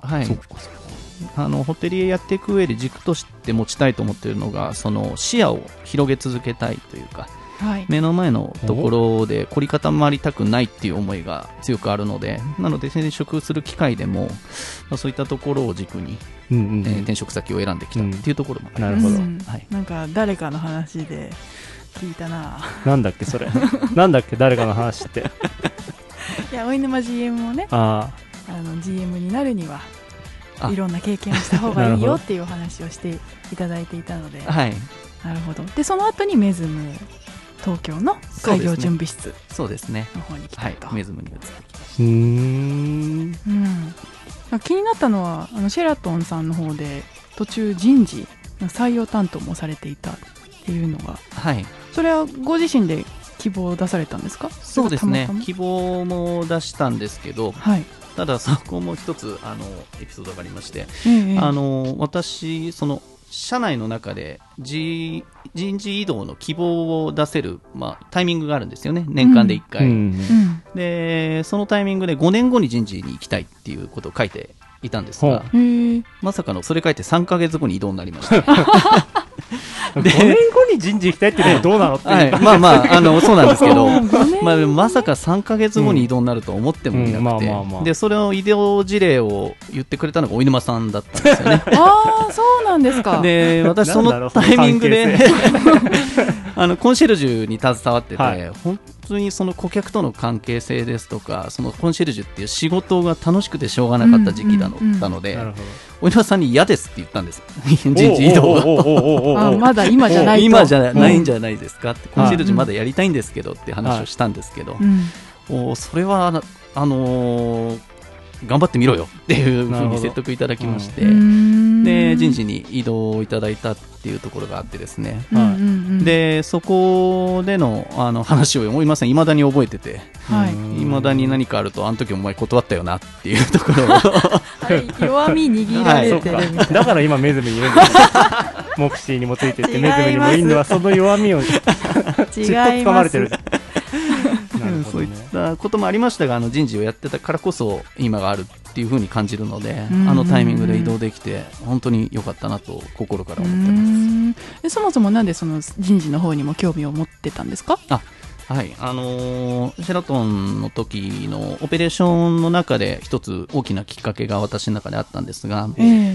ホテリエやっていく上で軸として持ちたいと思っているのがその視野を広げ続けたいというか、目の前のところで凝り固まりたくないっていう思いが強くあるので、なので転職する機会でも、そういったところを軸に、転職先を選んできたっていうところもあります。 なるほど。なんか誰かの話で聞いたな。 なんだっけそれなんだっけ誰かの話っていや大沼 GM もねGM になるにはいろんな経験をした方がいいよっていうお話をしていただいていたので、なるほど。でその後にメズム東京の開業準備室の方に来たと。 メズムに移ってきました。気になったのはシェラトンさんの方で途中人事の採用担当もされていたっていうのが、それはご自身で希望を出されたんですか？ そうですね、希望も出したんですけど、ただそこも一つエピソードがありまして、私その社内の中で人事異動の希望を出せる、タイミングがあるんですよね、年間で1回、でそのタイミングで5年後に人事に行きたいっていうことを書いていたんですが、まさかのそれ書いて3ヶ月後に異動になりました5 年後に人事行きたいっていうのはどうなのっていう、 はい、まあまあそうなんですけどまさか3ヶ月後に移動になると思ってもいなくて、でそれを移動事例を言ってくれたのがお犬間さんだったんですよねああそうなんですか。 で私そのタイミングでコンシェルジュに携わってて、はい、本当にその顧客との関係性ですとか、そのコンシェルジュっていう仕事が楽しくてしょうがなかった時期だったので、お庭さんに嫌ですって言ったんです、人事異動がまだ今じゃないと、 今じゃないんじゃないですかって、コンシェルジュまだやりたいんですけどって話をしたんですけど、それは頑張ってみろよっていうふうに説得いただきまして、で人事に移動いただいたっていうところがあってですね、でそこでの話を思いません、未だに覚えてて、未だに何かあるとあの時お前断ったよなっていうところを弱み握られてるみたいな、 だから今メズムにいるんですモクシーにもついてってメズムにもいるのはその弱みをちっと掴まれてる。 そういったこともありましたが、人事をやってたからこそ今があるっていう風に感じるので、タイミングで移動できて本当に良かったなと心から思ってます。 でそもそもなんでその人事の方にも興味を持ってたんですか？ はい、シェラトンの時のオペレーションの中で一つ大きなきっかけが私の中であったんですが、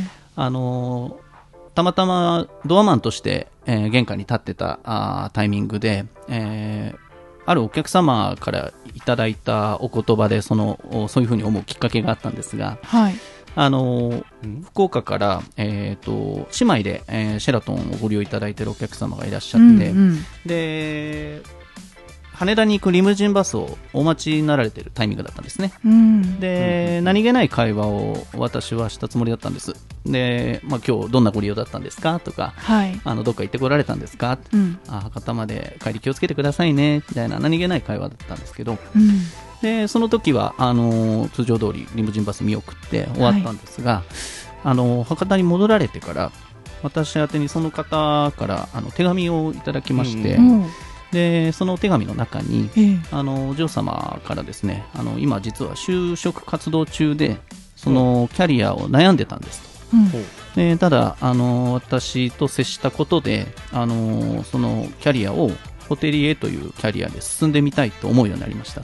たまたまドアマンとして、玄関に立ってたタイミングで、あるお客様からいただいたお言葉でそういうふうに思うきっかけがあったんですが、はい、福岡から、姉妹で、シェラトンをご利用いただいているお客様がいらっしゃって、で羽田に行くリムジンバスをお待ちになられているタイミングだったんですね、で何気ない会話を私はしたつもりだったんです。で、今日どんなご利用だったんですかとか、はい、どっか行ってこられたんですか、博多まで帰り気をつけてくださいねみたいな何気ない会話だったんですけど、でその時は通常通りリムジンバス見送って終わったんですが、博多に戻られてから私宛てにその方から手紙をいただきまして、でその手紙の中に、お嬢様からですね、今実は就職活動中でそのキャリアを悩んでたんですと、でただ私と接したことでそのキャリアをホテリエというキャリアで進んでみたいと思うようになりましたと。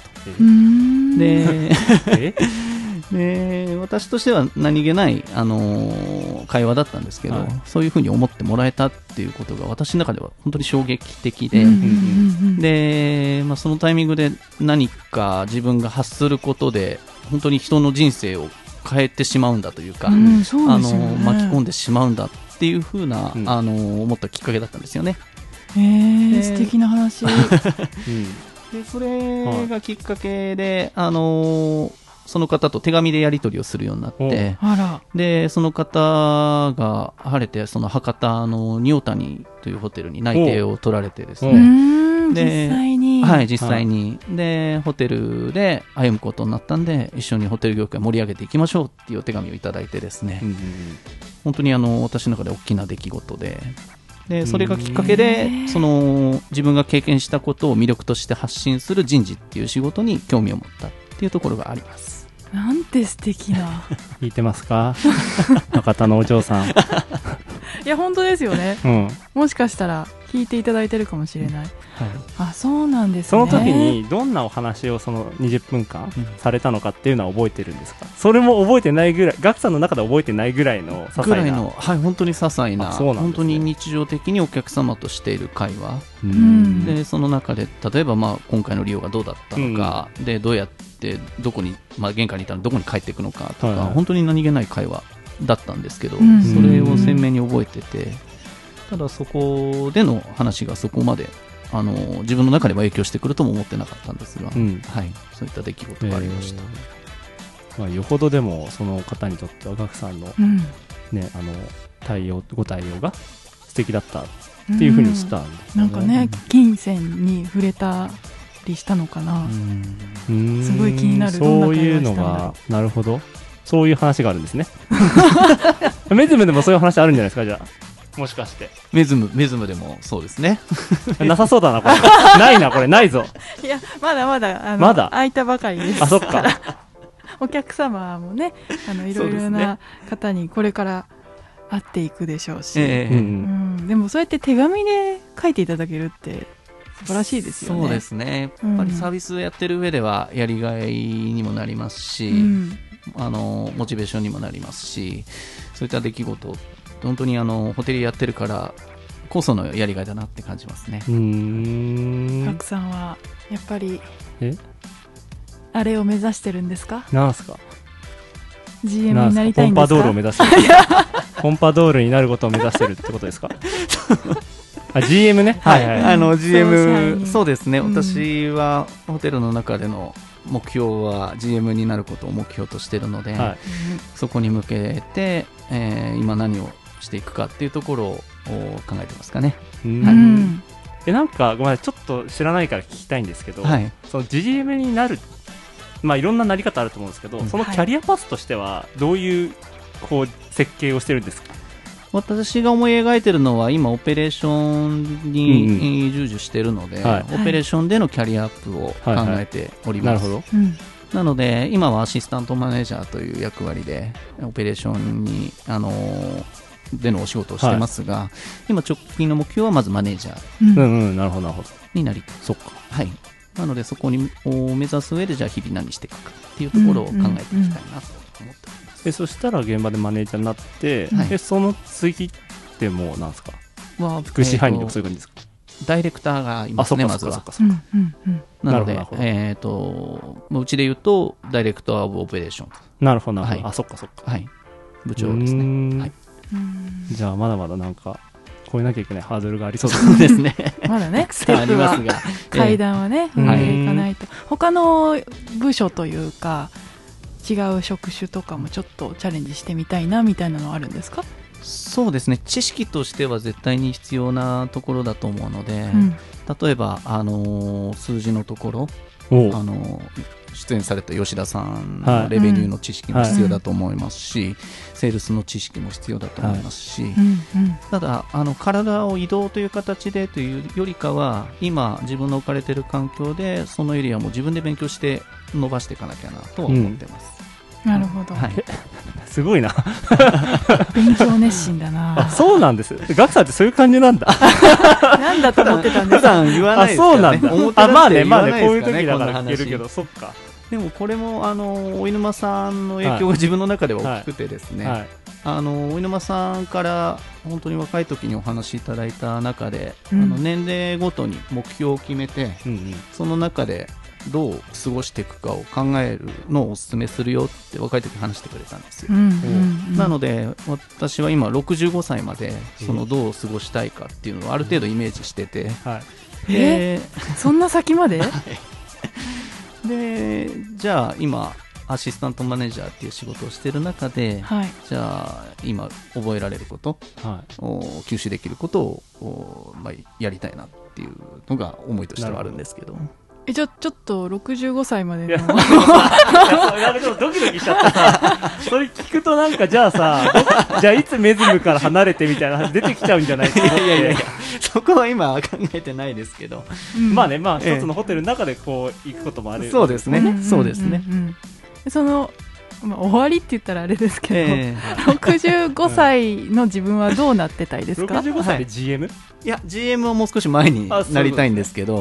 で私としては何気ない、会話だったんですけど、そういうふうに思ってもらえたっていうことが私の中では本当に衝撃的で、で、そのタイミングで何か自分が発することで本当に人の人生を変えてしまうんだというか、巻き込んでしまうんだっていうふうな、思ったきっかけだったんですよね。 素敵な話でそれがきっかけで、その方と手紙でやり取りをするようになって、でその方が晴れてその博多のニオタニというホテルに内定を取られてですね、 で実際に、 はい、実際に、でホテルで歩むことになったんで一緒にホテル業界盛り上げていきましょうっていうお手紙をいただいてですね、本当に私の中で大きな出来事で、それがきっかけで自分が経験したことを魅力として発信する人事っていう仕事に興味を持ったっていうところがあります。 なんて素敵な聞いてますか博多のお嬢さん。いや本当ですよね、もしかしたら聞いていただいてるかもしれない、そうなんですね。 その時にどんなお話をその20分間されたのかっていうのは覚えてるんですか？それも覚えてないぐらい、ガクさんの中で覚えてないぐらいの些細な、 はい、本当に些細な、本当に日常的にお客様としている会話で、その中で例えば今回の利用がどうだったのか、でどうやってどこに、玄関にいたらどこに帰っていくのかとか、本当に何気ない会話だったんですけど、それを鮮明に覚えてて、ただそこでの話がそこまで自分の中では影響してくるとも思ってなかったんですが、はい、そういった出来事がありました。 よほどでもその方にとってはガクさんの、ご対応が素敵だったっていうふうにしたんですね。 なんかね、金銭に触れたりしたのかな。すごい気になる。 そういうのが、なるほど、そういう話があるんですね。メズムでもそういう話あるんじゃないですか、じゃあ。もしかしてメズムでもそうですね。 なさそうだなこれ。ないなこれ、ないぞ。 いやまだ空いたばかりです。 あ、そっか。 お客様もね、いろいろな方にこれから合っていくでしょうし、 うんでもそうやって手紙で書いていただけるって素晴らしいですよね。 そうですね、やっぱりサービスやってる上ではやりがいにもなりますし、モチベーションにもなりますし、そういった出来事本当にホテルやってるからこそのやりがいだなって感じますね。 ガクさんはやっぱりあれを目指してるんですか？ なんすか？ GM になりたいんですか？ ポンパドールを目指してるポンパドールになることを目指してるってことですか？GM ね、 GM、そうですね、私はホテルの中での目標は GM になることを目標としているので、そこに向けて、今何をしていくかっていうところを考えてますかね。 なんかごめんなさい、ちょっと知らないから聞きたいんですけど、その GM になる、いろんななり方あると思うんですけど、そのキャリアパスとしてはどういう設計をしてるんですか？ 私が思い描いているのは今オペレーションに従事しているので、オペレーションでのキャリアアップを考えております。なので今はアシスタントマネージャーという役割でオペレーションにでのお仕事をしてますが、今直近の目標はまずマネージャーなるほどなるほどになりたい。そっか、はい。なのでそこに目指す上でじゃあ日々何していくかっていうところを考えていきたいなと思っております。 そしたら現場でマネージャーになって、その次ってもうなんですか、副支配人とかそういう感じですか？ ダイレクターがいますね、まずは。なので、うちで言うとダイレクターオブオペレーション。 なるほどなるほど、そっかそっか、 はい、部長ですね。 じゃあまだまだなんか超えなきゃいけないハードルがありそうですね。 まだね、ステップは階段はね踏んでいかないと。他の部署というか違う職種とかもちょっとチャレンジしてみたいなみたいなのはあるんですか？ そうですね、知識としては絶対に必要なところだと思うので、例えば数字のところ、出演された吉田さんのレベニューの知識も必要だと思いますし、セールスの知識も必要だと思いますし、ただ体を移動という形でというよりかは今自分の置かれている環境でそのエリアも自分で勉強して伸ばしていかなきゃなと思ってます。 なるほど、 すごいな勉強熱心だな。 そうなんです。ガクさんってそういう感じなんだなんだと思ってたんですか？ 普段言わないですよね。まあねこういう時だから聞けるけど、そっか。 でもこれもお犬間さんの影響が自分の中では大きくてですね、お犬間さんから本当に若い時にお話しいただいた中で、年齢ごとに目標を決めて、その中でどう過ごしていくかを考えるのをお勧めするよって若い時話してくれたんですよ。なので私は今65歳までそのどう過ごしたいかっていうのをある程度イメージしてて、 そんな先まででじゃあ今アシスタントマネージャーっていう仕事をしている中で、じゃあ今覚えられること、吸収できることをやりたいなっていうのが思いとしてはあるんですけど。 ちょっと65歳までのドキドキしちゃってさそれ聞くとなんかじゃあさじゃあいつメズムから離れてみたいな出てきちゃうんじゃないか。 いやそこは今は考えてないですけど、 まあね、一つのホテルの中でこう行くこともある。 そうですね、そうですね。 その終わりって言ったらあれですけど、65歳の自分はどうなってたいですか ？65歳で GM？ いや GM はもう少し前になりたいんですけど、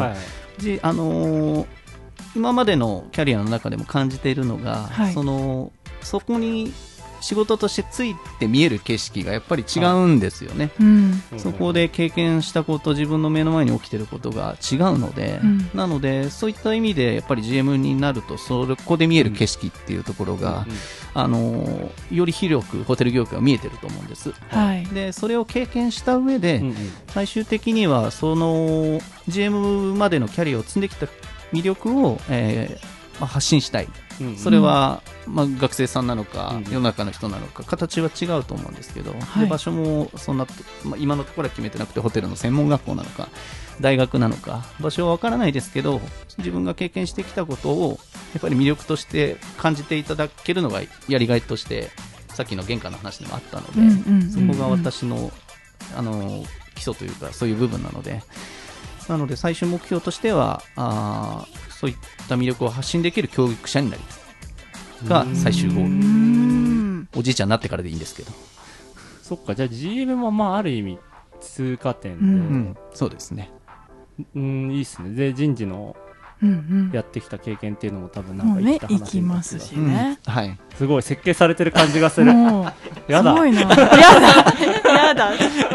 今までのキャリアの中でも感じているのが、そこに仕事としてついて見える景色がやっぱり違うんですよね。そこで経験したこと、自分の目の前に起きていることが違うので、なのでそういった意味でやっぱり GM になるとそこで見える景色っていうところが、より広くホテル業界は見えてると思うんです。でそれを経験した上で、最終的にはその GM までのキャリアを積んできた魅力を、発信したい。それは、学生さんなのか、世の中の人なのか形は違うと思うんですけど、で場所もそんな、今のところは決めてなくてホテルの専門学校なのか大学なのか場所は分からないですけど、自分が経験してきたことをやっぱり魅力として感じていただけるのがやりがいとしてさっきの原価の話でもあったので、そこが私の、基礎というかそういう部分なので、最終目標としてはそういった魅力を発信できる教育者になりたいが最終ゴール。おじいちゃんになってからでいいんですけど。 そっか、じゃあ GM もまあある意味通過点で、 そうですね。 いいっすね。で人事のやってきた経験っていうのも多分なんかね、生きますしね、 はい、 すごい設計されてる感じがする。やだ、 すごいな、やだ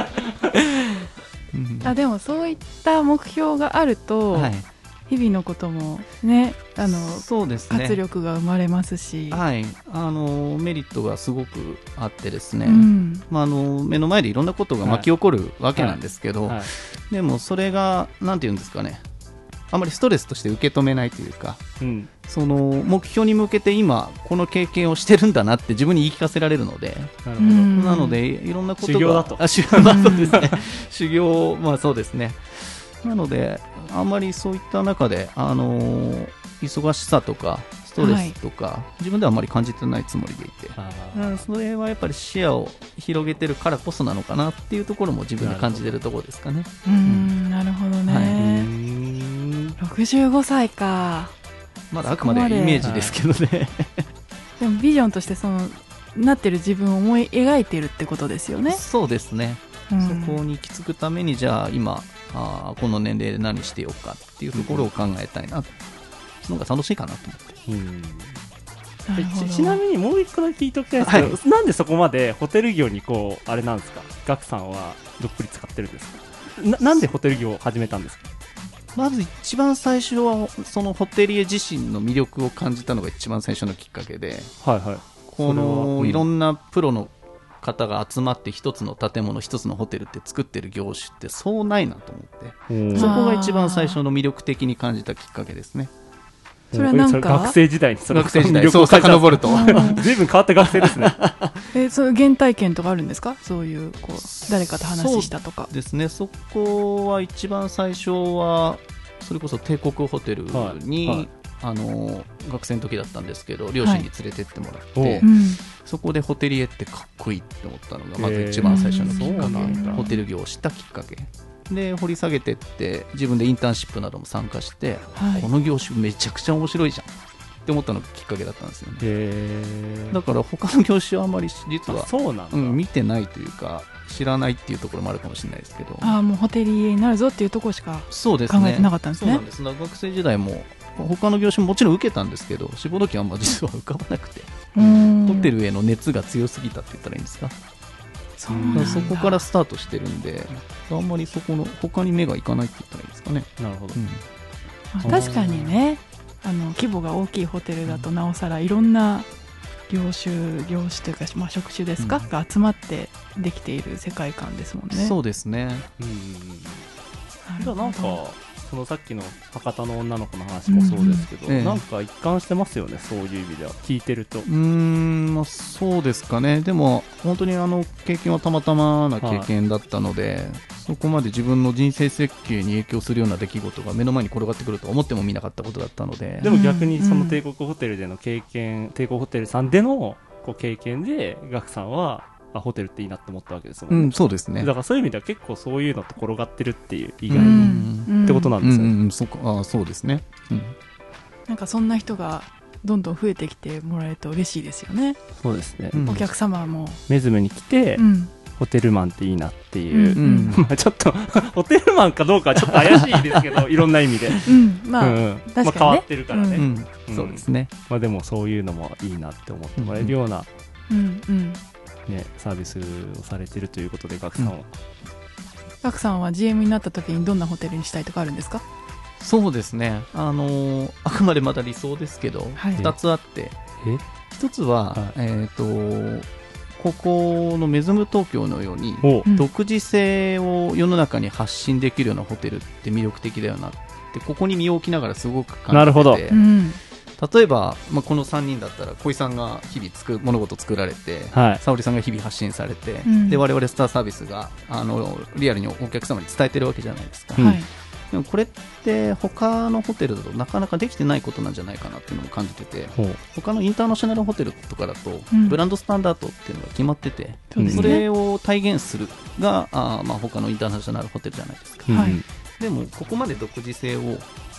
あ、でもそういった目標があると、はい、日々のこともね、そうですね、活力が生まれますし、 はい、メリットがすごくあってですね、目の前でいろんなことが巻き起こるわけなんですけど、でもそれがなんていうんですかね、あまりストレスとして受け止めないというか、その目標に向けて今この経験をしてるんだなって自分に言い聞かせられるので、なのでいろんなことが修行だと、 修行、そうですね修行、そうですね。なのであんまりそういった中で、忙しさとかストレスとか、自分ではあまり感じてないつもりでいて、それはやっぱり視野を広げてるからこそなのかなっていうところも自分で感じてるところですかね。 なるほどね、65歳か。 まだあくまでイメージですけどねでもビジョンとしてそのなってる自分を思い描いてるってことですよね。 そうですね、そこに行き着くためにじゃあ今この年齢で何してようかっていうところを考えたいな、その方が楽しいかなと思って。ちなみにもう一個だけ聞いておきたいんですけど、なんでそこまでホテル業にこうあれなんですか、ガクさんはどっぷり使ってるんですか。なんでホテル業を始めたんですか。 まず一番最初はそのホテリエ自身の魅力を感じたのが一番最初のきっかけで、このいろんなプロの方が集まって一つの建物一つのホテルって作ってる業種ってそうないなと思って、そこが一番最初の魅力的に感じたきっかけですね。 それはなんか学生時代にその魅力を遡ると随分変わった学生ですねその原体験とかあるんですか、そういう誰かと話したとか。 そうですね、そこは一番最初はそれこそ帝国ホテルに、学生の時だったんですけど両親に連れてってもらって、そこでホテリエってかっこいいって思ったのがまず一番最初のきっかけ、ホテル業を知ったきっかけで、掘り下げてって自分でインターンシップなども参加して、この業種めちゃくちゃ面白いじゃんって思ったのがきっかけだったんですよね。だから他の業種はあんまり実は見てないというか知らないっていうところもあるかもしれないですけど、 もうホテリエになるぞっていうところしか考えてなかったんですね。 そうなんです。学生時代も他の業種ももちろん受けたんですけど、志望動機はあんま実は浮かばなくて、ホテルへの熱が強すぎたって言ったらいいんですか。そこからスタートしてるんで、あんまりそこの他に目がいかないって言ったらいいですかね。 なるほど、 確かにね、規模が大きいホテルだとなおさらいろんな業種というか、職種ですか、が集まってできている世界観ですもんね。 そうですね。 じゃあなんかそのさっきの博多の女の子の話もそうですけど、なんか一貫してますよね、そういう意味では聞いてると。 そうですかね。でも本当に経験はたまたまな経験だったので、そこまで自分の人生設計に影響するような出来事が目の前に転がってくると思ってもみなかったことだったので。 でも逆にその帝国ホテルでの経験、帝国ホテルさんでの経験でガクさんはホテルっていいなって思ったわけですもんね。 そうですね。 だからそういう意味では結構そういうのって転がってるっていう意外にってことなんですよね。 そうですね。 なんかそんな人がどんどん増えてきてもらえると嬉しいですよね。 そうですね。 お客様もメズムに来て、ホテルマンっていいなっていう、ちょっとホテルマンかどうかはちょっと怪しいですけどいろんな意味で、 確かにね、 変わってるからね、 そうですね。 でもそういうのもいいなって思ってもらえるようなサービスをされてるということで、ガクさんは、 ガクさんは GM になった時にどんなホテルにしたいとかあるんですか。 そうですね、あくまでまだ理想ですけど、2つあって、1つは、ここのメズム東京のように独自性を世の中に発信できるようなホテルって魅力的だよなって、ここに身を置きながらすごく感じてて。なるほど。例えば、この3人だったら小井さんが日々物事を作られて、沙織さんが日々発信されて、で我々スターサービスがリアルにお客様に伝えてるわけじゃないですか。でもこれって他のホテルだとなかなかできてないことなんじゃないかなっていうのも感じてて、他のインターナショナルホテルとかだとブランドスタンダードっていうのが決まってて、それを体現するが他のインターナショナルホテルじゃないですか。でもここまで独自性を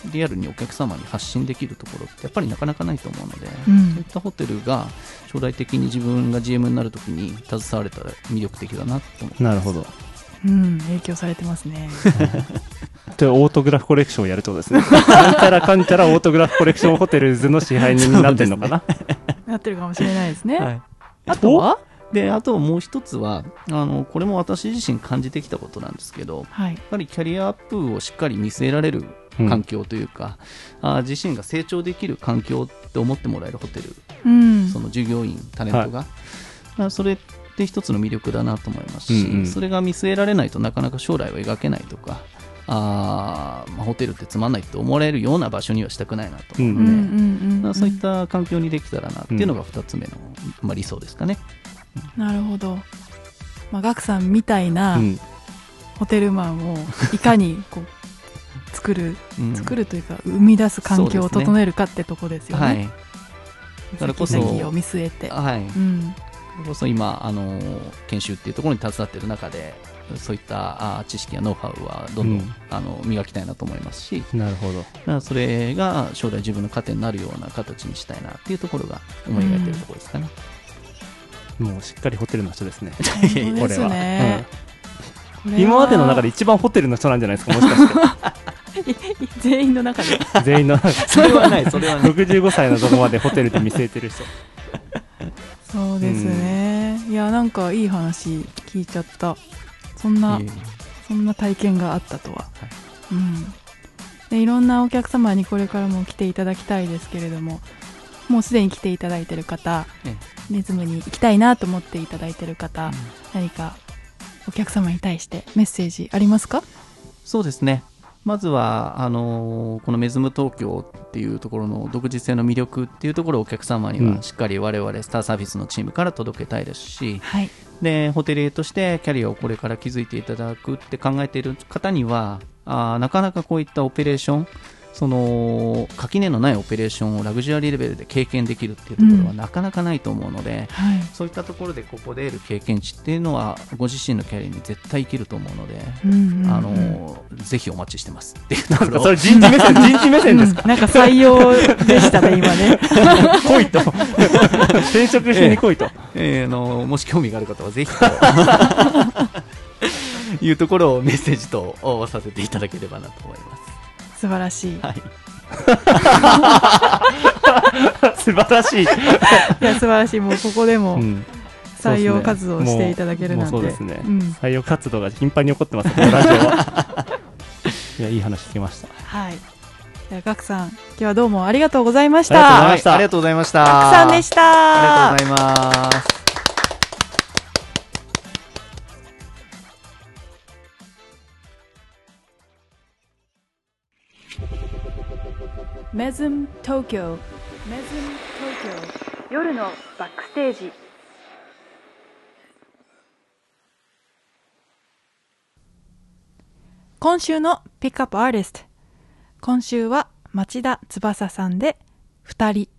リアルにお客様に発信できるところってやっぱりなかなかないと思うので、そういったホテルが将来的に自分が GM になるときに携われたら魅力的だなと思って。 なるほど、 影響されてますね。 でオートグラフコレクションをやるってことですね。かんちゃらかんちゃらオートグラフコレクションホテルズの支配人になってるのかな。 なってるかもしれないですね。 はい、 あとはあともう一つはこれも私自身感じてきたことなんですけど、やっぱりキャリアアップをしっかり見据えられる環境というか、自身が成長できる環境って思ってもらえるホテル、その従業員タレントが、それって一つの魅力だなと思いますし、それが見据えられないとなかなか将来を描けないとか、ホテルってつまんないって思われるような場所にはしたくないなと思うので、そういった環境にできたらなっていうのが2つ目の、理想ですかね。 なるほど。ガクさんみたいなホテルマンをいかにこう作るというか生み出す環境を整えるかってとこですよね。はい、だからこそ先を見据えて、はい、 こそ今研修っていうところに携わっている中でそういった知識やノウハウはどんどん、磨きたいなと思いますし、 なるほど。 だからそれが将来自分の糧になるような形にしたいなっていうところが思い描いているところですかね。 もうしっかりホテルの人ですね。 これは、 今までの中で一番ホテルの人なんじゃないですか、もしかして。 全員の中で。 全員の中で。 それはない、それはない。 65歳のとこまでホテルで見据えてる人。 そうですね。いや、なんかいい話聞いちゃった。そんな体験があったとは。でいろんなお客様にこれからも来ていただきたいですけれども、もうすでに来ていただいている方、リズムに行きたいなと思っていただいている方、何かお客様に対してメッセージありますか？ そうですね。まずはこのメズム東京っていうところの独自性の魅力っていうところをお客様にはしっかり我々スターサービスのチームから届けたいですし、でホテリエとしてキャリアをこれから築いていただくって考えている方にはなかなかこういったオペレーション、その垣根のないオペレーションをラグジュアリーレベルで経験できるっていうところはなかなかないと思うので、そういったところでここで得る経験値っていうのはご自身のキャリアに絶対生きると思うので、ぜひお待ちしてますっていうところ。 それ人事目線ですか？ なんか採用でしたね今ね。 来いと転職しに来いと、 もし興味がある方はぜひというところをメッセージとさせていただければなと思います。 素晴らしい。 素晴らしい。いや素晴らしい。もうここでも採用活動をしていただけるなんて。 そうですね。採用活動が頻繁に起こってますね、ラジオは。いや、いい話聞きました。 はい。じゃあガクさん、今日はどうもありがとうございました。 ありがとうございました。 ガクさんでした。 ありがとうございます。 メズム東京夜のバックステージ。今週のピックアップアーティスト、今週は町田翼さんで2人。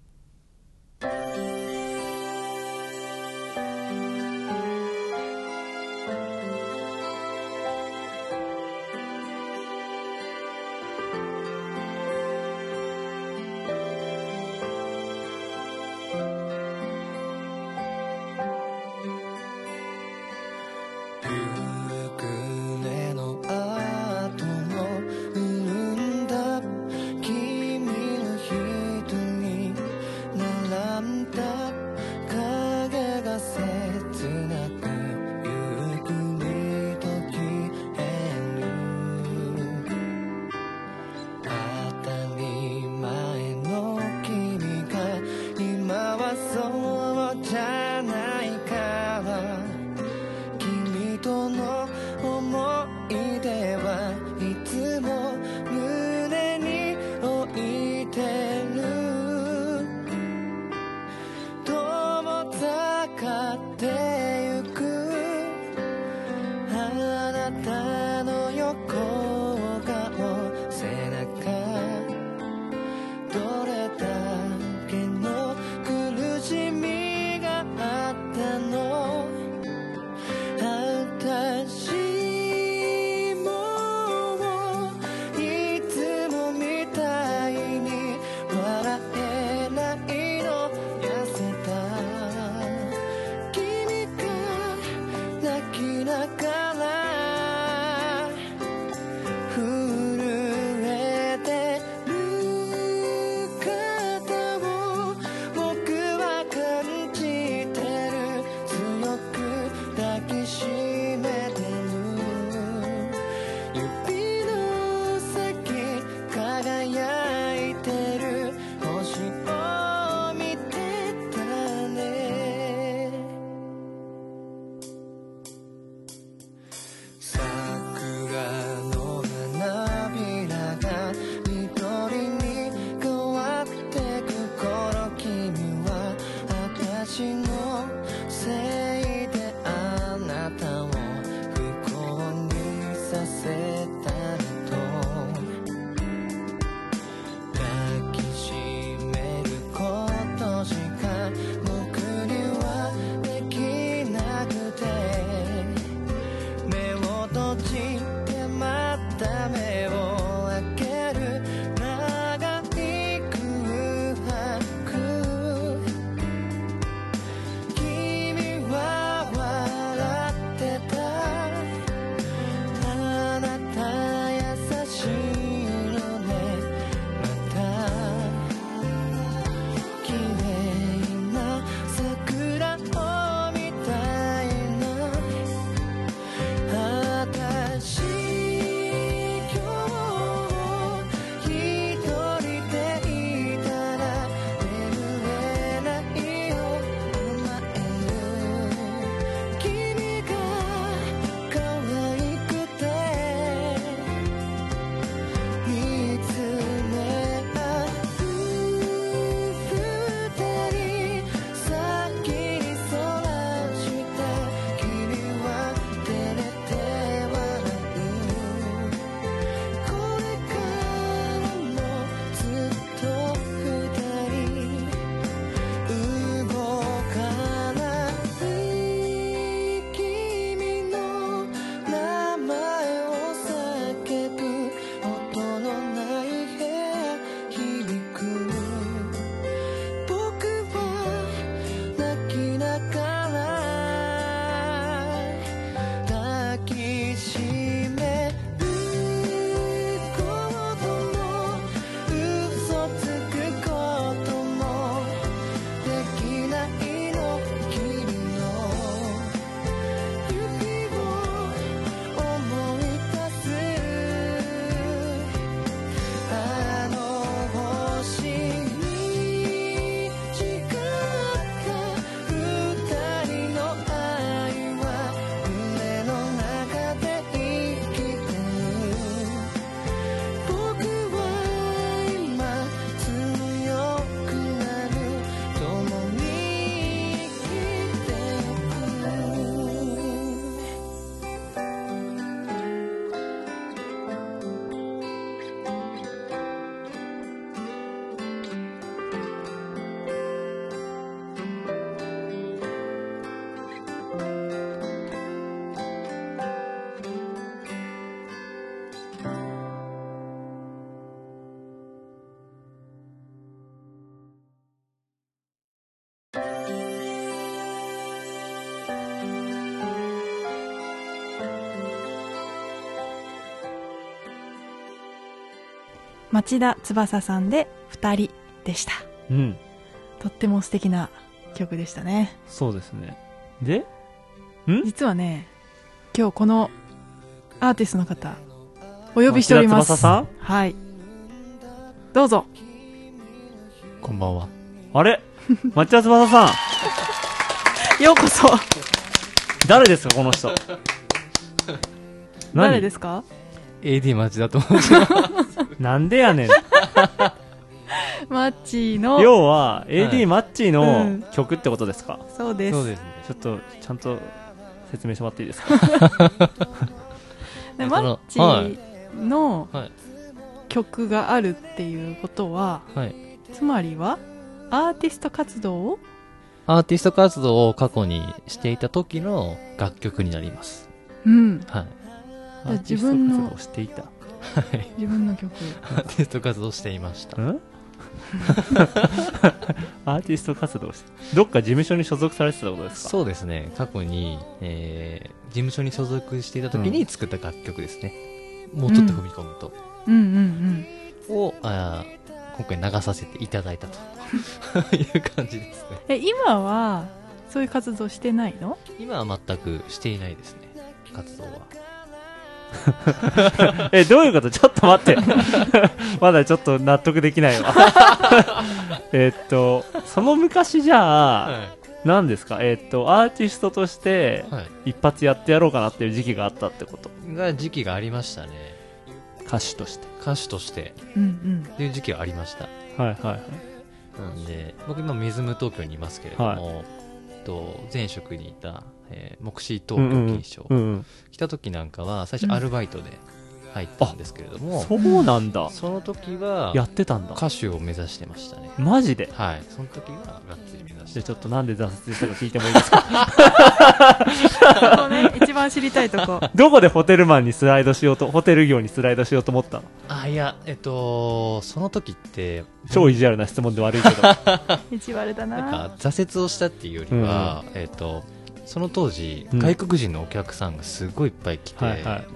町田翼さんで2人でした。 うん。 とっても素敵な曲でしたね。 そうですね。で、 実はね、今日このアーティストの方お呼びしております。 町田翼さん？ はい。どうぞ。 こんばんは。 あれ町田翼さん。ようこそ。 誰ですかこの人。 誰ですか？ AD 町田と申します。 なんでやねん。 マッチーの。 要は AD マッチーの曲ってことですか？ そうです。 そうですね。 ちょっとちゃんと説明してもらっていいですか？ でマッチーの曲があるっていうことは、 はい、 つまりはアーティスト活動を過去にしていた時の楽曲になります。 うん。 はい。 アーティスト活動をしていた。 はい。 自分の曲。 アーティスト活動していました。 アーティスト活動して、どっか事務所に所属されてたことですか？ そうですね。過去に、事務所に所属していた時に作った楽曲ですね。もうちょっと踏み込むと。を今回流させていただいたという感じですね。 今はそういう活動してないの？ 今は全くしていないですね、活動は。 どういうこと？ちょっと待ってまだちょっと納得できないわその昔じゃあ、はい、何ですか？アーティストとして一発やってやろうかなっていう時期があったってこと？ 時期がありましたね。 歌手としてっていう時期がありました。 はいはいはい。 なんで僕今メズム東京にいますけれども、はい、前職にいた、目視東京金賞、来た時なんかは最初アルバイトで入ったんですけれども、 そうなんだ。 その時はやってたんだ。 歌手を目指してましたね。 マジで？ はい。その時はがっつり目指して。 ちょっとなんで挫折したか聞いてもいいですか？ そうね、一番知りたいとこ。 どこでホテル業にスライドしようと思ったの？ いや、その時って超意地悪な質問で悪いけど意地悪だな。 なんか挫折をしたっていうよりは、その当時、外国人のお客さんがすごいいっぱい来て、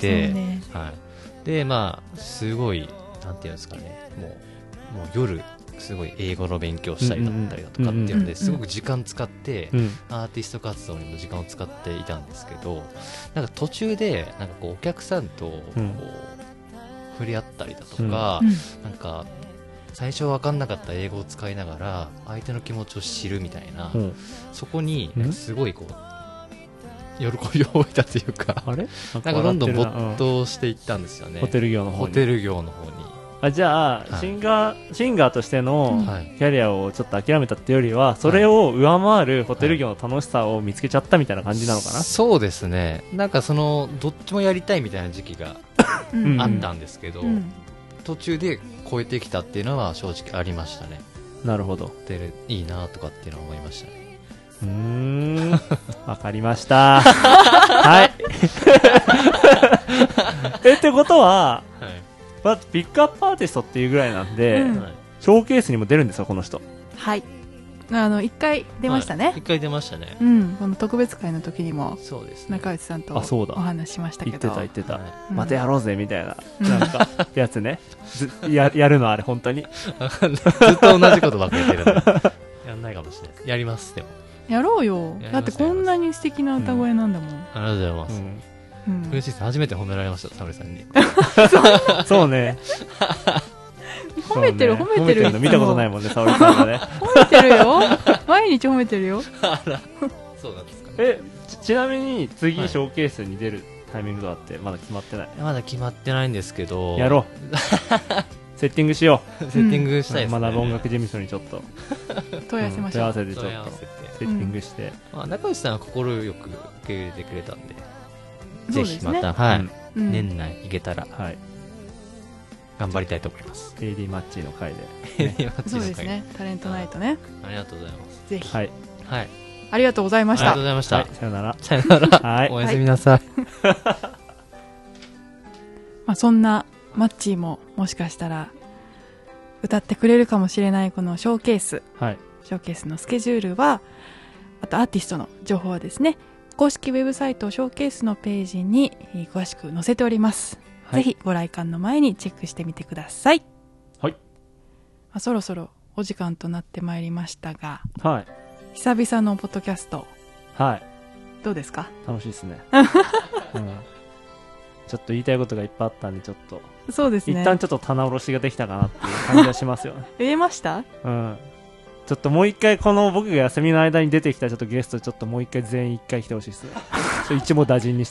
で、まあすごいなんていうんですかね、もう夜すごい英語の勉強したりだったりだとかっていうのですごく時間使ってアーティスト活動にも時間を使っていたんですけど、なんか途中でなんかこうお客さんとこう触れ合ったりだとか、なんか最初分かんなかった英語を使いながら相手の気持ちを知るみたいな、そこにすごいこう喜びを覚えたというか、なんかどんどん没頭していったんですよね。 ホテル業の方に。じゃあ、シンガーとしてのキャリアをちょっと諦めたっていうよりは、それを上回るホテル業の楽しさを見つけちゃったみたいな感じなのかな？ そうですね。なんかどっちもやりたいみたいな時期があったんですけど、途中で超えてきたっていうのは正直ありましたね。 なるほど。 いいなとかっていうのは思いましたね。 わかりましたはいってことは、ピックアップアーティストっていうぐらいなんで、ショーケースにも出るんですよこの人。 はい、1回出ましたね。 1回出ましたね。 この特別会の時にも中内さんとお話ししましたけど、 言ってた、またやろうぜみたいな、なんかやつねやるのあれ本当にずっと同じことばっかり言ってるんでやんないかもしれない。やります。でもやろうよ。だってこんなに素敵な歌声なんだもん。 ありがとうございます。嬉しいです。初めて褒められました、サムリさんに。 そうね。 褒めてるの見たことないもんね、沙織さんがね。 褒めてるよ。毎日褒めてるよ。 そうなんですか。 ちなみに次ショーケースに出るタイミングとかってまだ決まってない？ まだ決まってないんですけど。 やろう。セッティングしよう。 セッティングしたいですね。 学ぶ音楽事務所にちょっと問い合わせましょう。 問い合わせでちょっとセッティングして。 中内さんは心よく受け入れてくれたんで、ぜひまた年内いけたら頑張りたいと思います。 AD マッチの回で。そうですね。タレントナイトね。 ありがとうございます。 ぜひ。 はい。 ありがとうございました。 ありがとうございました。 さよなら。 さよなら。はい。おやすみなさい。 そんなマッチーももしかしたら歌ってくれるかもしれないこのショーケース。ショーケースのスケジュールは、あとアーティストの情報はですね、公式ウェブサイトショーケースのページに詳しく載せております。ぜひご来館の前にチェックしてみてください。 そろそろお時間となってまいりましたが、 はい。 久々のポッドキャスト。 はい。 どうですか？ 楽しいですね。うん。ちょっと言いたいことがいっぱいあったんで、ちょっと。 そうですね。 一旦ちょっと棚卸しができたかなっていう感じはしますよね。 言えました？ うん。ちょっともう一回、この僕が休みの間に出てきたちょっとゲスト、ちょっともう一回全員一回来てほしいですね。一網打尽にして。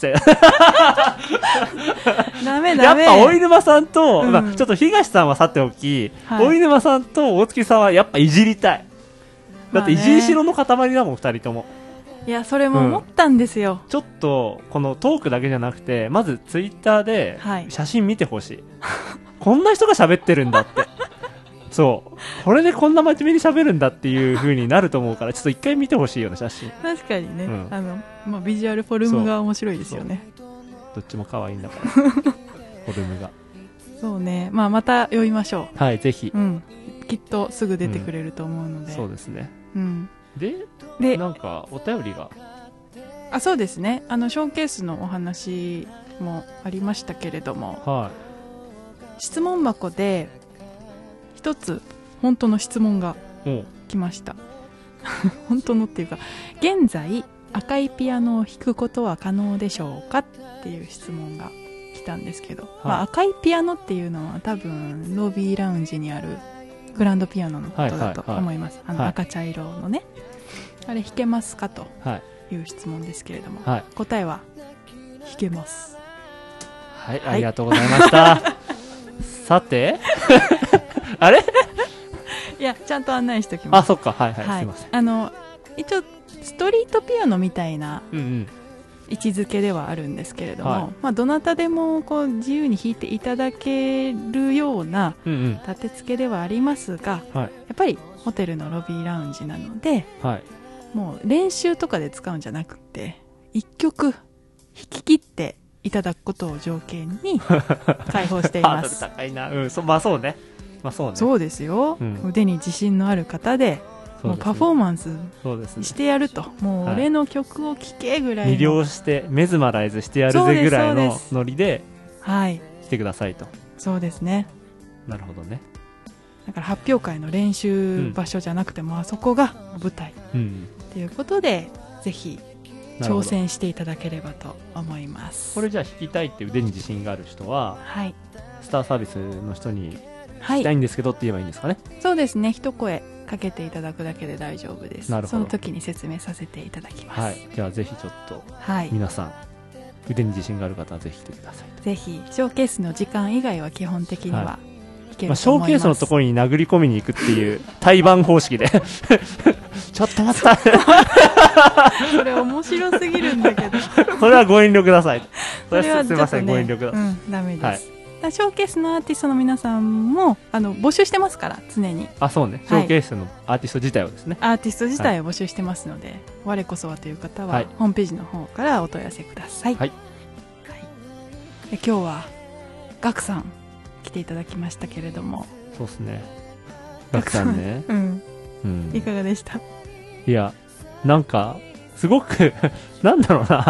ダメ。 やっぱ、大沼さんと、 うん、 まあ、ちょっと東さんはさておき、 はい、 大沼さんと大月さんはやっぱいじりたい。だっていじりしろの塊だもん、二人とも。 いや、それも思ったんですよ。 ちょっと、このトークだけじゃなくて、まずツイッターで写真見てほしい。はい、こんな人が喋ってるんだって。そう。これでこんな真面目に喋るんだっていう風になると思うから、ちょっと一回見てほしいような写真。 確かにね。まあ、ビジュアルフォルムが面白いですよね。 どっちも可愛いんだから。フォルムが。 そうね。まあ、また読みましょう。はい、ぜひ。 うん。きっとすぐ出てくれると思うので。 そうですね。 うん。 で、なんか、お便りが。 そうですね。ショーケースのお話もありましたけれども。 はい。 質問箱で、一つ本当の質問が来ました。本当のっていうか、現在赤いピアノを弾くことは可能でしょうかっていう質問が来たんですけど、はい、まあ、赤いピアノっていうのは多分ロビーラウンジにあるグランドピアノのことだと思います。赤茶色のね、あれ弾けますかという質問ですけれども、はい、答えは弾けます。 はい、ありがとうございました。さてあれいや、ちゃんと案内しておきます。 そっか、はいはい、すいません。 一応ストリートピアノみたいな位置づけではあるんですけれども、はい、まあ、どなたでもこう自由に弾いていただけるような立て付けではありますが、やっぱりホテルのロビーラウンジなので、はい、もう練習とかで使うんじゃなくて一曲弾き切っていただくことを条件に開放しています。 ハードル高いな。まあそうね。まあそうね。 そうですよ。腕に自信のある方で、もうパフォーマンスしてやると、もう俺の曲を聴けぐらいの、 魅了してメズマライズしてやるぜぐらいのノリで来てくださいと。 そうですね。 なるほどね。 だから発表会の練習場所じゃなくても、あそこが舞台ということで、ぜひ挑戦していただければと思います。 これじゃあ弾きたいって腕に自信がある人は、はい、スターサービスの人に弾きたいんですけどって言えばいいんですかね。 そうですね。一声かけていただくだけで大丈夫です。その時に説明させていただきます。 はい。じゃあぜひちょっと、はい、皆さん腕に自信がある方はぜひ来てください。 ぜひショーケースの時間以外は基本的には、はい、弾けると思います。 まあ、ショーケースのところに殴り込みに行くっていう対バン方式でちょっと待ったそれ面白すぎるんだけどそれはご遠慮ください。 それはすみません、ご遠慮ください。 ダメです。はい、ショーケースのアーティストの皆さんも募集してますから、常に。 そうね。ショーケースのアーティスト自体をですね。 アーティスト自体を募集してますので、我こそはという方は、ホームページの方からお問い合わせください。はい。で今日はガクさん来ていただきましたけれども。 そうですね。ガクさんね。 いかがでした？ いや、なんかすごくなんだろうな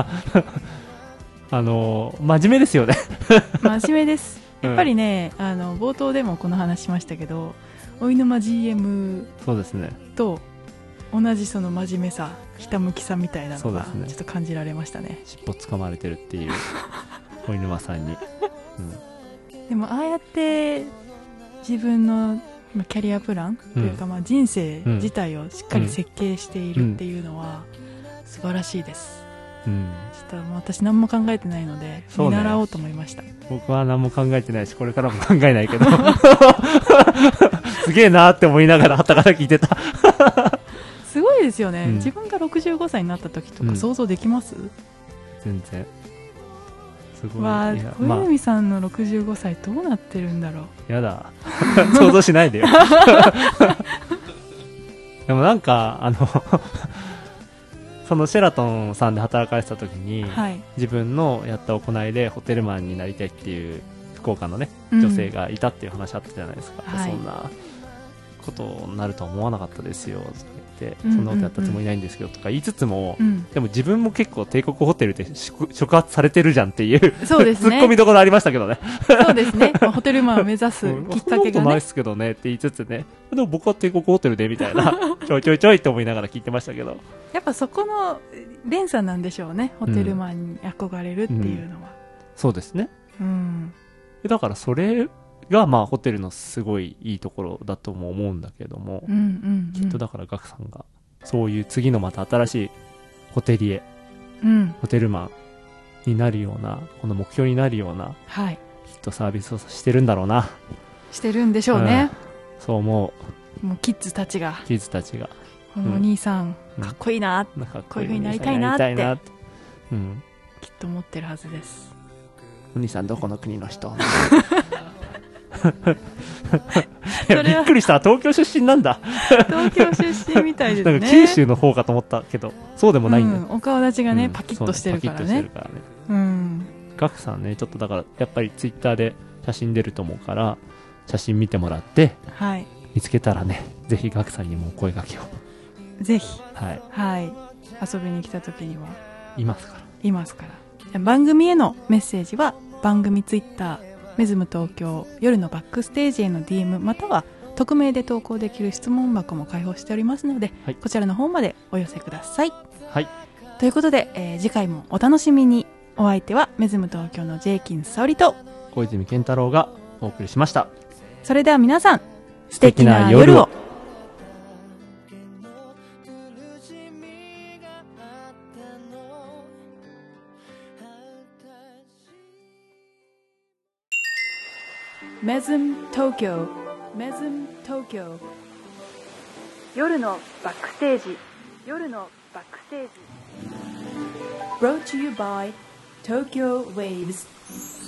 真面目ですよね。 真面目です。やっぱりね、冒頭でもこの話しましたけど、おいぬま GM と同じその真面目さ、ひたむきさみたいなのがちょっと感じられましたね。 尻尾掴まれてるっていうおいぬまさんに、 でもああやって自分のキャリアプランというか、まあ人生自体をしっかり設計しているっていうのは素晴らしいです。ちょっともう私何も考えてないので見習おうと思いました。 僕は何も考えてないし、これからも考えないけどすげえなーって思いながら傍から聞いてたすごいですよね、自分が65歳になった時とか想像できます？ 全然すごい。 小泉さんの65歳どうなってるんだろう。 やだ想像しないでよでもなんかそのシェラトンさんで働かれてた時に、自分のやった行いでホテルマンになりたいっていう福岡のね、女性がいたっていう話あったじゃないですか。そんなことになるとは思わなかったですよとか言って、そんなことやったつもりないんですけどとか言いつつも、でも自分も結構帝国ホテルで触発されてるじゃんっていうそうですね、 ツッコミどころありましたけどね。 そうですね、ホテルマンを目指すきっかけがね。そんなことないですけどねって言いつつね、でも僕は帝国ホテルでみたいなちょいちょいちょいって思いながら聞いてましたけど、 やっぱそこの連鎖なんでしょうね、ホテルマンに憧れるっていうのは。 そうですね、だからそれがまあホテルのすごいいいところだとも思うんだけども、きっとだからガクさんがそういう次のまた新しいホテリエ、ホテルマンになるような、この目標になるような、きっとサービスをしてるんだろうな。 してるんでしょうね、 そう思う。 もうキッズたちがこのお兄さん、かっこいいな、こういう風になりたいなって、きっと思ってるはずです。 お兄さんどこの国の人いやびっくりした、東京出身なんだ東京出身みたいですね。 なんか九州の方かと思ったけどそうでもないんだ、 お顔立ちがね、パキッとしてるからね。ガクさんね、ちょっとだからやっぱりツイッターで写真出ると思うから写真見てもらって、見つけたらね、ぜひガクさんにも声掛けをぜひ、遊びに来た時にはいますから。番組へのメッセージは番組ツイッターメズム東京夜のバックステージへの DM または匿名で投稿できる質問箱も開放しておりますので、こちらの方までお寄せください。ということで、次回もお楽しみに。お相手はメズム東京のジェイキンス沙織と小泉健太郎がお送りしました。 それでは皆さん、素敵な夜を。メズム東京夜のバックステージBrought to you by Tokyo Waves